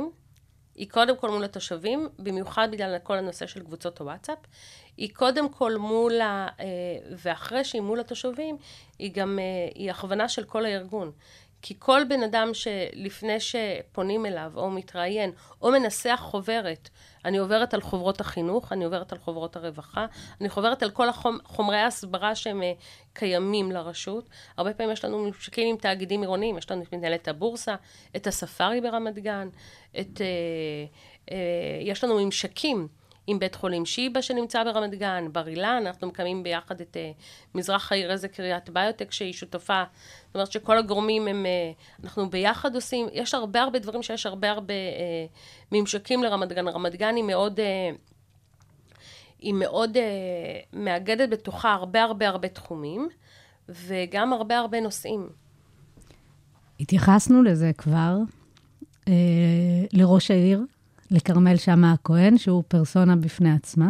התושבים, במיוחד בגלל כל הנושא של קבוצות הוואטסאפ, היא קודם כל ואחרי שהיא מול התושבים, היא הכוונה של כל הארגון. כי כל בן אדם שלפני שפונים אליו, או מתראיין, או מנסח חוברת, אני עוברת על חוברות החינוך, אני עוברת על חוברות הרווחה, אני עוברת על כל חומרי ההסברה שהם קיימים לרשות. הרבה פעמים יש לנו ממשקים עם תאגידים עירוניים, יש לנו את מנהלת הבורסה, את הספארי ברמת גן, יש לנו ממשקים עם בית חולים שיבא שנמצא ברמת גן, בר אילן, אנחנו מקיימים ביחד את מזרח העיר איזה קריית ביוטק שהיא שותפה, זאת אומרת שכל הגורמים אנחנו ביחד עושים, יש הרבה דברים שיש הרבה ממשקים לרמת גן. רמת גן היא מאוד מאגדת בתוכה הרבה תחומים, וגם הרבה נושאים. התייחסנו לזה כבר, לראש העיר, לכרמל שאמה הכהן, שהוא פרסונה בפני עצמה.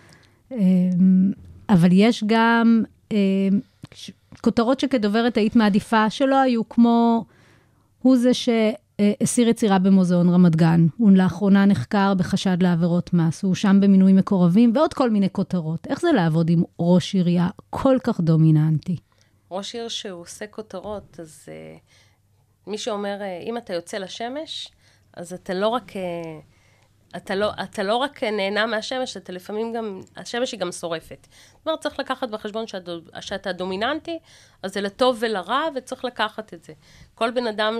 אבל יש גם כותרות שכדוברת היית מעדיפה, שלא היו כמו, הוא זה שהסיר יצירה במוזיאון רמת גן. הוא לאחרונה נחקר בחשד לעבירות מס, הוא שם במינוי מקורבים, ועוד כל מיני כותרות. איך זה לעבוד עם ראש עירייה כל כך דומיננטי? ראש עיר שהוא עושה כותרות, אז מי שאומר, אם אתה יוצא לשמש, אז אתה לא רק נהנה מהשמש, אתה לפעמים גם, השמש היא גם שורפת. זאת אומרת, צריך לקחת בחשבון שאתה דומיננטי, אז זה לטוב ולרע, וצריך לקחת את זה. כל בן אדם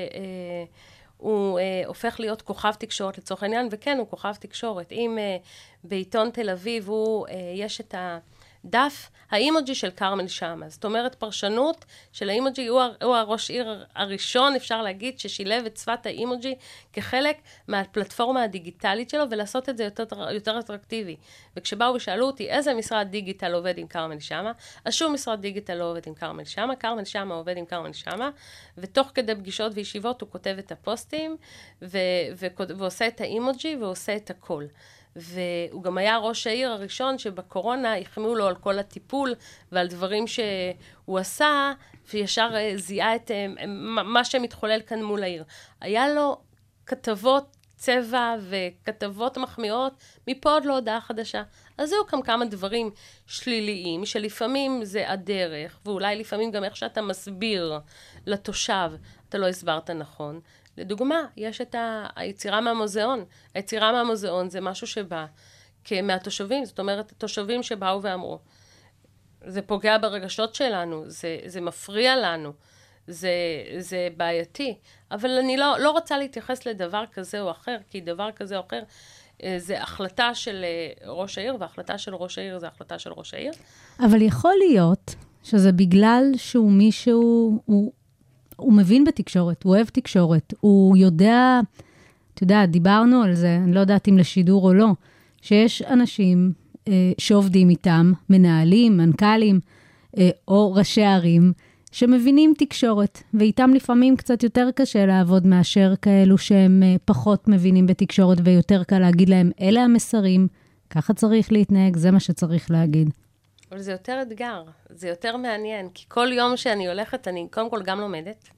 שהוא הופך להיות כוכב תקשורת לצורך העניין, וכן, הוא כוכב תקשורת. אם בעיתון תל אביב יש את דף האימוג'י של כרמל שאמה. זאת אומרת, פרשנות של האימוג'י, הוא הראש עיר הראשון, אפשר להגיד, ששילב את שפת האימוג'י כחלק מהפלטפורמה הדיגיטלית שלו, ולעשות את זה יותר אטרקטיבי. וכשבאו ושאלו אותי, איזה משרד דיגיטל עובד עם כרמל שאמה? אז שום משרד דיגיטל לא עובד עם כרמל שאמה, כרמל שאמה עובד עם כרמל שאמה, ותוך כדי פגישות וישיבות הוא כותב את הפוסטים, ועושה את האימוג'י, ועושה את הכל. והוא גם היה ראש העיר הראשון שבקורונה החמיאו לו על כל הטיפול ועל דברים שהוא עשה, וישר זיהה את מה שמתחולל כאן מול העיר. היה לו כתבות צבע וכתבות מחמיאות, מפה עוד לא הודעה חדשה. אז זהו כמה דברים שליליים, שלפעמים זה הדרך, ואולי לפעמים גם איך שאתה מסביר לתושב, אתה לא הסברת נכון. לדוגמה, יש את היצירה מהמוזיאון. היצירה מהמוזיאון זה משהו שבא מהתושבים, זאת אומרת, התושבים שבאו ואמרו, זה פוגע ברגשות שלנו, זה מפריע לנו, זה בעייתי. אבל אני לא רוצה להתייחס לדבר כזה או אחר, כי דבר כזה או אחר, זה החלטה של ראש העיר, והחלטה של ראש העיר זה החלטה של ראש העיר. אבל יכול להיות שזה בגלל שהוא מישהו, הוא מבין בתקשורת, הוא אוהב תקשורת, הוא יודע, אתה יודע, דיברנו על זה, אני לא יודעת אם לשידור או לא, שיש אנשים שעובדים איתם, מנהלים, מנכ"לים, או ראשי ערים, שמבינים תקשורת, ואיתם לפעמים קצת יותר קשה לעבוד מאשר כאלו שהם פחות מבינים בתקשורת, ויותר קל להגיד להם, אלה המסרים, ככה צריך להתנהג, זה מה שצריך להגיד. אבל זה יותר אתגר, זה יותר מעניין, כי כל יום שאני הולכת, אני קודם כל גם לומדת,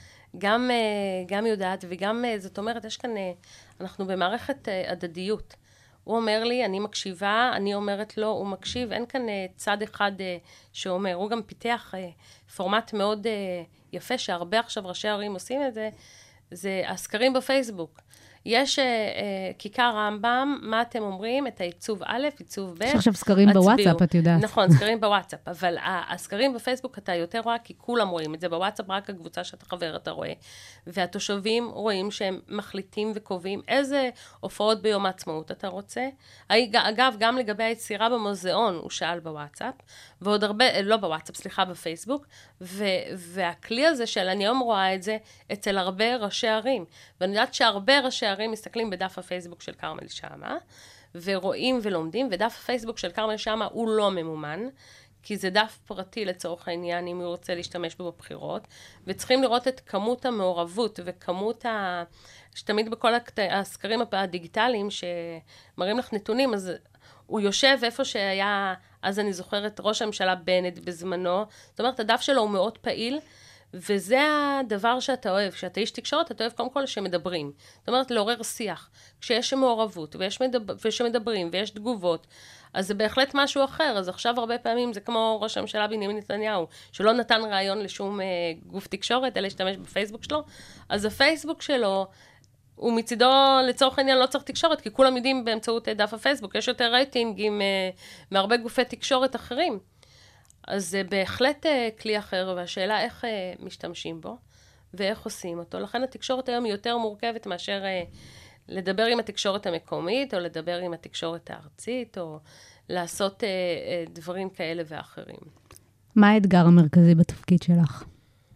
גם יודעת, וגם, זאת אומרת, יש כאן, אנחנו במערכת הדדיות. הוא אומר לי, אני מקשיבה, אני אומרת לו, הוא מקשיב, אין כאן צד אחד שאומר. הוא גם פיתח פורמט מאוד יפה, שהרבה עכשיו ראשי ערים עושים את זה, זה הסקרים בפייסבוק. יש כיכר רמב"ם, מה אתם אומרים? את העיצוב א', עיצוב ב', יש עכשיו סקרים בוואטסאפ, את יודעת. נכון, סקרים בוואטסאפ, אבל הסקרים בפייסבוק אתה יותר רואה, כי כולם רואים את זה, בוואטסאפ רק הקבוצה שאתה חבר אתה רואה, והתושבים רואים שהם מחליטים וקובעים איזה הופעות ביום העצמאות אתה רוצה. אגב, גם לגבי היצירה במוזיאון, הוא שאל בוואטסאפ, ועוד הרבה, לא בוואטסאפ, סליחה, בפייסבוק, והכלי הזה של אני היום רואה את זה אצל הרבה ראשי ערים, ואני יודעת שהרבה ראשי ערים מסתכלים בדף הפייסבוק של כרמל שאמה, ורואים ולומדים, ודף הפייסבוק של כרמל שאמה הוא לא ממומן, כי זה דף פרטי לצורך העניין, אם הוא רוצה להשתמש בו בבחירות, וצריכים לראות את כמות המעורבות, וכמות שתמיד בכל הסקרים הדיגיטליים, שמראים לך נתונים, אז הוא יושב איפה שהיה, אז אני זוכרת, ראש הממשלה בנט בזמנו, זאת אומרת, הדף שלו הוא מאוד פעיל, וזה הדבר שאתה אוהב, כשאתה איש תקשורת, אתה אוהב קודם כל שמדברים. זאת אומרת, לעורר שיח. כשיש מעורבות, ושמדברים, ויש תגובות, אז זה בהחלט משהו אחר. אז עכשיו הרבה פעמים זה כמו ראש הממשלה בנימין נתניהו, שלא נתן רעיון לשום גוף תקשורת, אלא להשתמש בפייסבוק שלו. אז הפייסבוק שלו, הוא מצידו לצורך העניין לא צריך תקשורת, כי כולם יודעים באמצעות דף הפייסבוק, יש יותר רייטינגים מהרבה גופי תקשורת אחרים. אז זה בהחלט כלי אחר, והשאלה איך משתמשים בו, ואיך עושים אותו. לכן התקשורת היום היא יותר מורכבת מאשר לדבר עם התקשורת המקומית, או לדבר עם התקשורת הארצית, או לעשות דברים כאלה ואחרים. מה האתגר המרכזי בתפקיד שלך?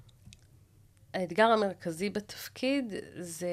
האתגר המרכזי בתפקיד זה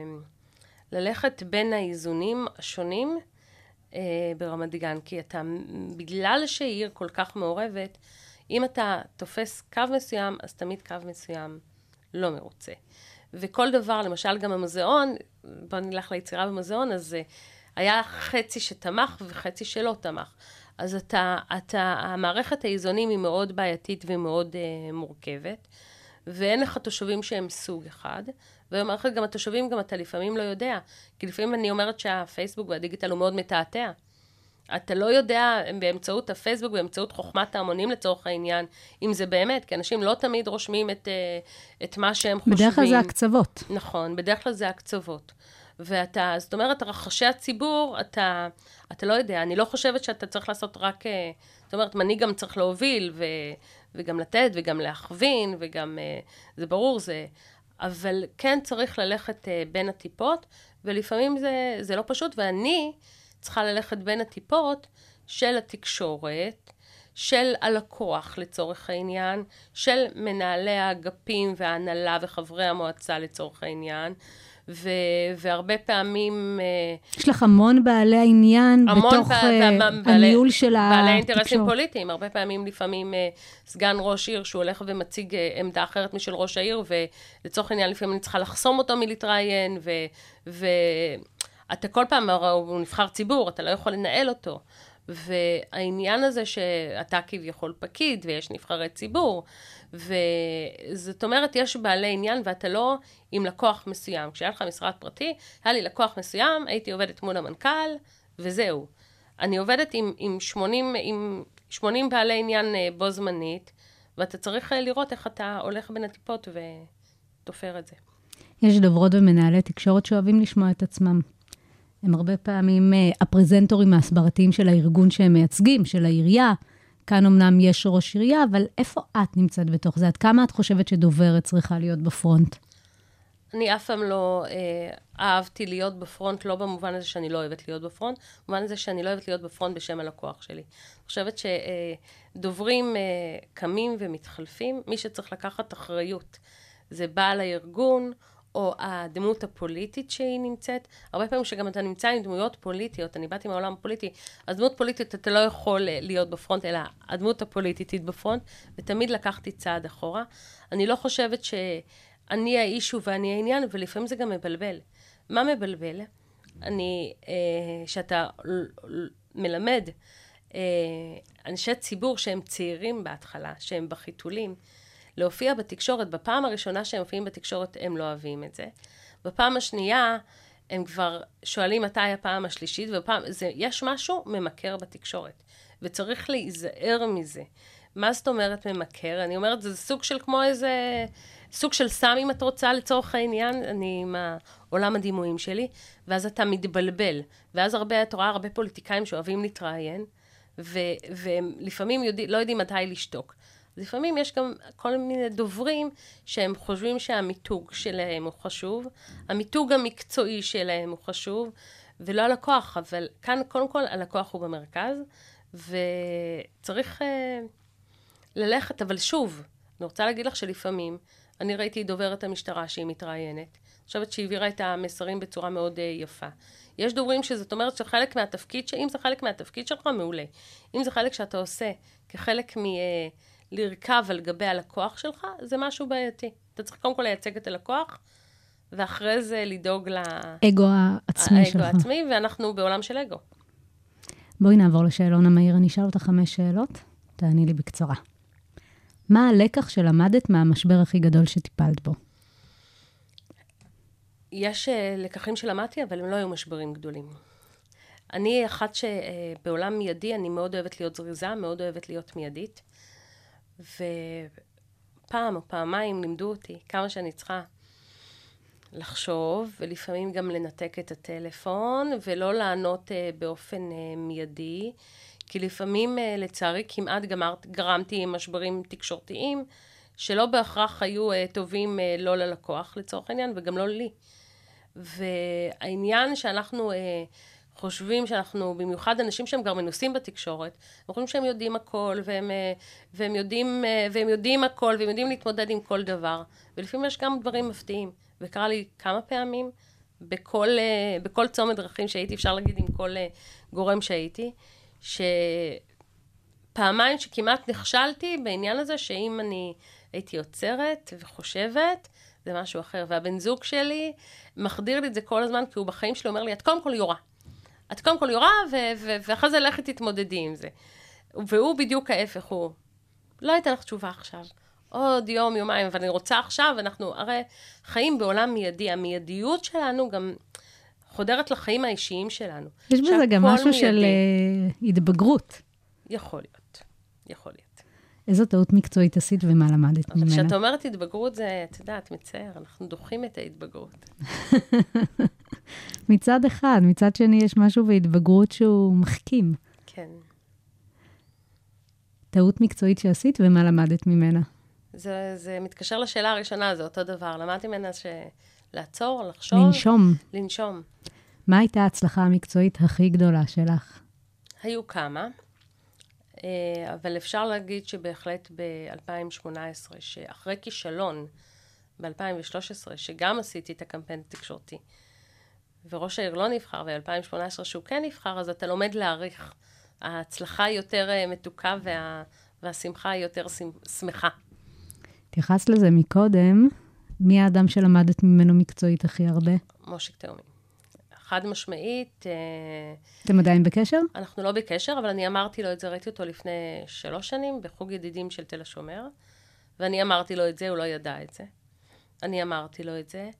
ללכת בין האיזונים השונים ברמת גן, כי אתה, בגלל שהיא עיר כל כך מעורבת, אם אתה תופס קו מסוים, אז תמיד קו מסוים לא מרוצה. וכל דבר, למשל גם המוזיאון, בוא נלך ליצירה במוזיאון, אז היה חצי שתמך וחצי שלא תמך. אז המערכת האיזונים היא מאוד בעייתית ומאוד מורכבת, ואין לך תושבים שהם סוג אחד, ובמערכת גם התושבים, גם אתה לפעמים לא יודע, כי לפעמים אני אומרת שהפייסבוק והדיגיטל הוא מאוד מתעתע. אתה לא יודע באמצעות הפייסבוק, באמצעות חוכמת ההמונים לצורך העניין, אם זה באמת, כי אנשים לא תמיד רושמים את מה שהם חושבים. בדרך כלל זה הקצוות. נכון, בדרך כלל זה הקצוות. ואתה, זאת אומרת, רחשי הציבור, אתה לא יודע, אני לא חושבת שאתה צריך לעשות רק, זאת אומרת, מנהיג גם צריך להוביל, וגם לתת, וגם להכווין, וגם, זה ברור, אבל כן צריך ללכת בין הטיפות, ולפעמים זה לא פשוט, ואני צריכה ללכת בין הטיפות של התקשורת, של הלקוח לצורך העניין, של מנהלי האגפים וההנהלה וחברי המועצה לצורך העניין, והרבה פעמים יש לך המון בעלי העניין בתוך הניהול של התקשורת. בעלי אינטרסים פוליטיים, הרבה פעמים לפעמים סגן ראש עיר שהוא הולך ומציג עמדה אחרת משל ראש העיר, ולצורך העניין לפעמים אני צריכה לחסום אותו מלהתראיין, ואתה כל פעם, הוא נבחר ציבור, אתה לא יכול לנהל אותו. והעניין הזה שאתה כביכול פקיד ויש נבחרי ציבור, וזאת אומרת יש בעלי עניין ואתה לא עם לקוח מסוים. כשהיה לך משרד פרטי, היה לי לקוח מסוים, הייתי עובדת מול המנכ"ל וזהו. אני עובדת עם 80 בעלי עניין בו זמנית, ואתה צריך לראות איך אתה הולך בין הטיפות ותופר את זה. יש דוברות ומנהלי תקשורת שאוהבים לשמוע את עצמם. הם הרבה פעמים הפרזנטורים ההסברתיים של הארגון שהם מייצגים, של העירייה. כאן אמנם יש ראש עירייה, אבל איפה את נמצאת בתוך זה? עד כמה את חושבת שדוברת צריכה להיות בפרונט? אני אף פעם לא אהבתי להיות בפרונט, לא במובן הזה שאני לא אוהבת להיות בפרונט, במובן הזה שאני לא אוהבת להיות בפרונט בשם הלקוח שלי. אני חושבת שדוברים קמים ומתחלפים, מי שצריך לקחת אחריות זה בעל הארגון, או הדמות הפוליטית שהיא נמצאת. הרבה פעמים שגם אתה נמצא עם דמויות פוליטיות, אני באתי מהעולם הפוליטי, אז דמות פוליטית אתה לא יכול להיות בפרונט, אלא הדמות הפוליטית היא בפרונט, ותמיד לקחתי צעד אחורה. אני לא חושבת שאני האישו ואני העניין, ולפעמים זה גם מבלבל. מה מבלבל? שאתה מלמד אנשי ציבור שהם צעירים בהתחלה, שהם בחיתולים, להופיע בתקשורת, בפעם הראשונה שהם מופיעים בתקשורת, הם לא אוהבים את זה. בפעם השנייה, הם כבר שואלים מתי הפעם השלישית, יש משהו ממכר בתקשורת, וצריך להיזהר מזה. מה זאת אומרת ממכר? אני אומרת, זה סוג של כמו איזה, סוג של סם אם את רוצה לצורך העניין, אני עם העולם הדימויים שלי, ואז אתה מתבלבל, ואז את רואה הרבה פוליטיקאים שאוהבים להתראיין, והם לפעמים לא יודעים מתי לשתוק. לפעמים יש גם כל מיני דוברים שהם חושבים שהמיתוג שלהם הוא חשוב, המיתוג המקצועי שלהם הוא חשוב, ולא הלקוח, אבל כאן קודם כל הלקוח הוא במרכז, וצריך ללכת, אבל שוב, אני רוצה להגיד לך שלפעמים, אני ראיתי דוברת המשטרה שהיא מתראיינת, אני חושבת שהעבירה את המסרים בצורה מאוד יפה. יש דוברים שזאת אומרת שחלק מהתפקיד, שאם זה חלק מהתפקיד שלך, מעולה. אם זה חלק שאתה עושה כחלק לרכב על גבי הלקוח שלך, זה משהו בעייתי. אתה צריך קודם כל לייצג את הלקוח, ואחרי זה לדאוג אגו העצמי שלך. האגו העצמי, ואנחנו בעולם של אגו. בואי נעבור לשאלון המהיר, אני אשאל אותך 5 שאלות, תעני לי בקצרה. מה הלקח שלמדת מהמשבר הכי גדול שטיפלת בו? יש לקחים שלמדתי, אבל הם לא היו משברים גדולים. אני אחת שבעולם מיידי, אני מאוד אוהבת להיות זריזה, מאוד אוהבת להיות מיידית, ופעם או פעמיים לימדו אותי כמה שאני צריכה לחשוב, ולפעמים גם לנתק את הטלפון, ולא לענות באופן מיידי, כי לפעמים לצערי כמעט גרמתי משברים תקשורתיים, שלא בהכרח היו טובים לא ללקוח לצורך העניין, וגם לא לי. והעניין שאנחנו חושבים שאנחנו, במיוחד אנשים שהם כבר מנוסים בתקשורת, אנחנו חושבים שהם יודעים הכל, והם יודעים הכל, והם יודעים להתמודד עם כל דבר. ולפעמים יש גם דברים מפתיעים. וקרה לי כמה פעמים, בכל צומת דרכים שהייתי, אפשר להגיד עם כל גורם שהייתי, שפעמיים שכמעט נכשלתי בעניין הזה, שאם אני הייתי יוצרת וחושבת, זה משהו אחר. והבן זוג שלי מחדיר לי את זה כל הזמן, כי הוא בחיים שלו אומר לי, את קודם כל יורה. את קודם כל יורה, ואחרי זה לכת תתמודדי עם זה. והוא בדיוק ההפך, הוא לא הייתה לך תשובה עכשיו. עוד יום, יומיים, אבל אני רוצה עכשיו, אנחנו הרי חיים בעולם מיידי. המיידיות שלנו גם חודרת לחיים האישיים שלנו. יש בזה גם משהו מיידי. של התבגרות. יכול להיות, יכול להיות. איזו טעות מקצועית עשית ומה למדת ממנה? כשאת אומרת התבגרות זה, את יודעת, מצער, אנחנו דוחים את ההתבגרות. מצד אחד, מצד שני יש משהו בהתבגרות שהוא מחכים. כן. טעות מקצועית שעשית ומה למדת ממנה? זה מתקשר לשאלה הראשונה, זה אותו דבר. למדתי ממנה לעצור, לחשוב. לנשום. לנשום. מה הייתה ההצלחה המקצועית הכי גדולה שלך? היו כמה, אבל אפשר להגיד שבהחלט ב-2018, שאחרי כישלון ב-2013, שגם עשיתי את הקמפיין התקשורתי, וראש העיר לא נבחר, ב-2018 שהוא כן נבחר, אז אתה לומד להעריך. ההצלחה היא יותר מתוקה והשמחה היא יותר שמחה. התייחס לזה מקודם, מי האדם שלמדת ממנו מקצועית הכי הרבה? מושיק תאומי. חד משמעית. אתם עדיין בקשר? אנחנו לא בקשר, אבל אני אמרתי לו את זה, ראיתי אותו לפני 3 שנים, בחוג ידידים של תל השומר, ואני אמרתי לו את זה, הוא לא ידע את זה. אני אמרתי לו את זה,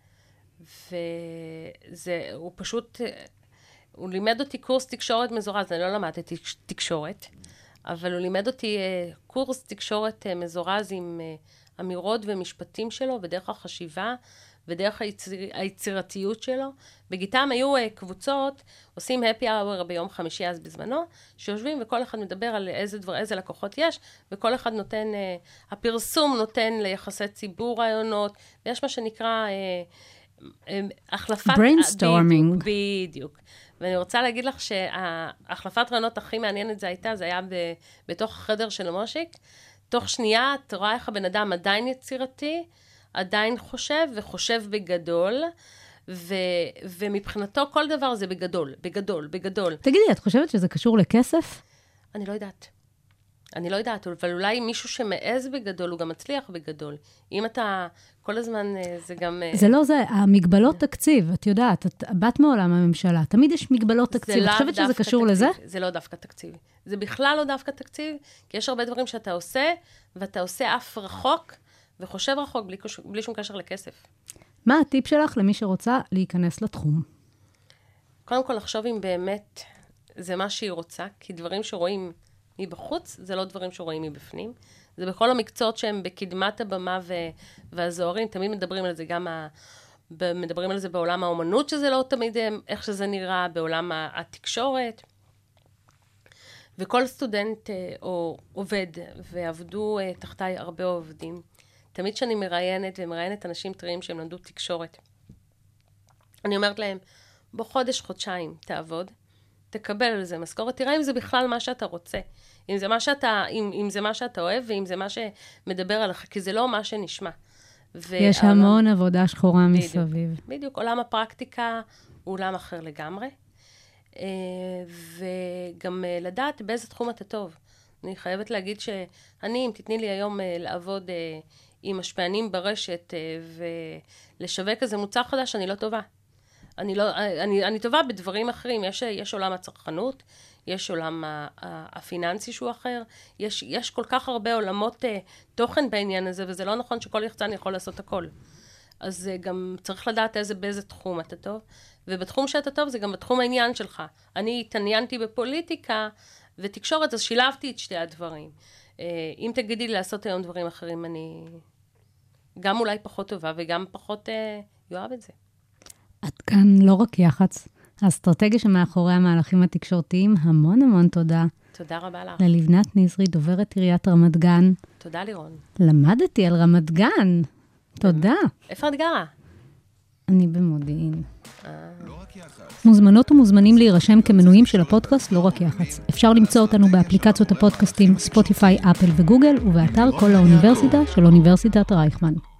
הוא פשוט, הוא לימד אותי קורס תקשורת מזורז, אני לא למדתי תקשורת, אבל הוא לימד אותי קורס תקשורת מזורז עם אמירות ומשפטים שלו, ודרך החשיבה, ודרך היצירתיות שלו. בגיטם היו קבוצות, עושים happy hour ביום חמישי אז בזמנו, שיושבים וכל אחד מדבר על איזה לקוחות יש, וכל אחד נותן, הפרסום נותן ליחסי ציבור רעיונות, ויש מה שנקרא החלפת... brainstorming. בדיוק. ואני רוצה להגיד לך שההחלפת רעיונות הכי מעניינת זה היה בתוך החדר של מושיק. תוך שנייה, את רואה איך הבן אדם עדיין יצירתי, עדיין חושב וחושב בגדול, ומבחינתו כל דבר זה בגדול, בגדול, בגדול. תגידי, את חושבת שזה קשור לכסף? אני לא יודעת. אני לא יודעת, אבל אולי מישהו שמעז בגדול, הוא גם מצליח בגדול. אם אתה כל הזמן, זה גם... זה לא זה, המגבלות תקציב, את יודעת, את באת מעולם הממשלה, תמיד יש מגבלות תקציב, את חושבת שזה קשור לזה? זה לא דווקא תקציב. זה בכלל לא דווקא תקציב, כי יש הרבה דברים שאתה עושה, ואתה עושה אף רחוק, וחושב רחוק בלי שום קשר לכסף. מה הטיפ שלך למי שרוצה להיכנס לתחום? קודם כל, לחשוב אם באמת זה מה שהיא רוצה, כי דברים שרואים מבחוץ, זה לא דברים שרואים מבפנים. זה בכל המקצועות שהם בקדמת הבמה והזוהרים, תמיד מדברים על זה גם, מדברים על זה בעולם האומנות, שזה לא תמיד איך שזה נראה, בעולם התקשורת. וכל סטודנט או עובד, ועבדו תחתיי הרבה עובדים, תמיד כשאני מראיינת אנשים טריים שהם למדו תקשורת, אני אומרת להם, בחודש, חודשיים תעבוד, תקבל על זה משכורת, תראה אם זה בכלל מה שאתה רוצה, אם זה מה שאתה אוהב, ואם זה מה שמדבר עליך, כי זה לא מה שנשמע. יש המון עבודה שחורה מסביב. בדיוק, עולם הפרקטיקה הוא עולם אחר לגמרי, וגם לדעת באיזה תחום אתה טוב. אני חייבת להגיד שאני, אם תתני לי היום לעבוד עם משפיענים ברשת, ולשווק איזה מוצר חדש, אני לא טובה. אני טובה בדברים אחרים, יש עולם הצרכנות, יש עולם הפיננסי שהוא אחר, יש כל כך הרבה עולמות תוכן בעניין הזה, וזה לא נכון שכל יחצן יכול לעשות הכל. אז גם צריך לדעת באיזה תחום אתה טוב, ובתחום שאתה טוב זה גם בתחום העניין שלך. אני התעניינתי בפוליטיקה ותקשורת, אז שילבתי את שתי הדברים. אם תגידי לי לעשות היום דברים אחרים, אני גם אולי פחות טובה, וגם פחות יואב את זה. עד כאן לא רק יח"צ, האסטרטגיה שמאחורי המהלכים התקשורתיים, המון המון תודה. תודה רבה לך. ללבנת נזרי, דוברת עיריית רמת גן. תודה לירון. למדתי על רמת גן. תודה. איפה את גרה? אני במודיעין. מוזמנות ומוזמנים להירשם כמנויים של הפודקאסט לא רק יח"צ. אפשר למצוא אותנו באפליקציות הפודקאסטים ספוטיפיי, אפל וגוגל, ובאתר כל האוניברסיטה של אוניברסיטת רייכמן.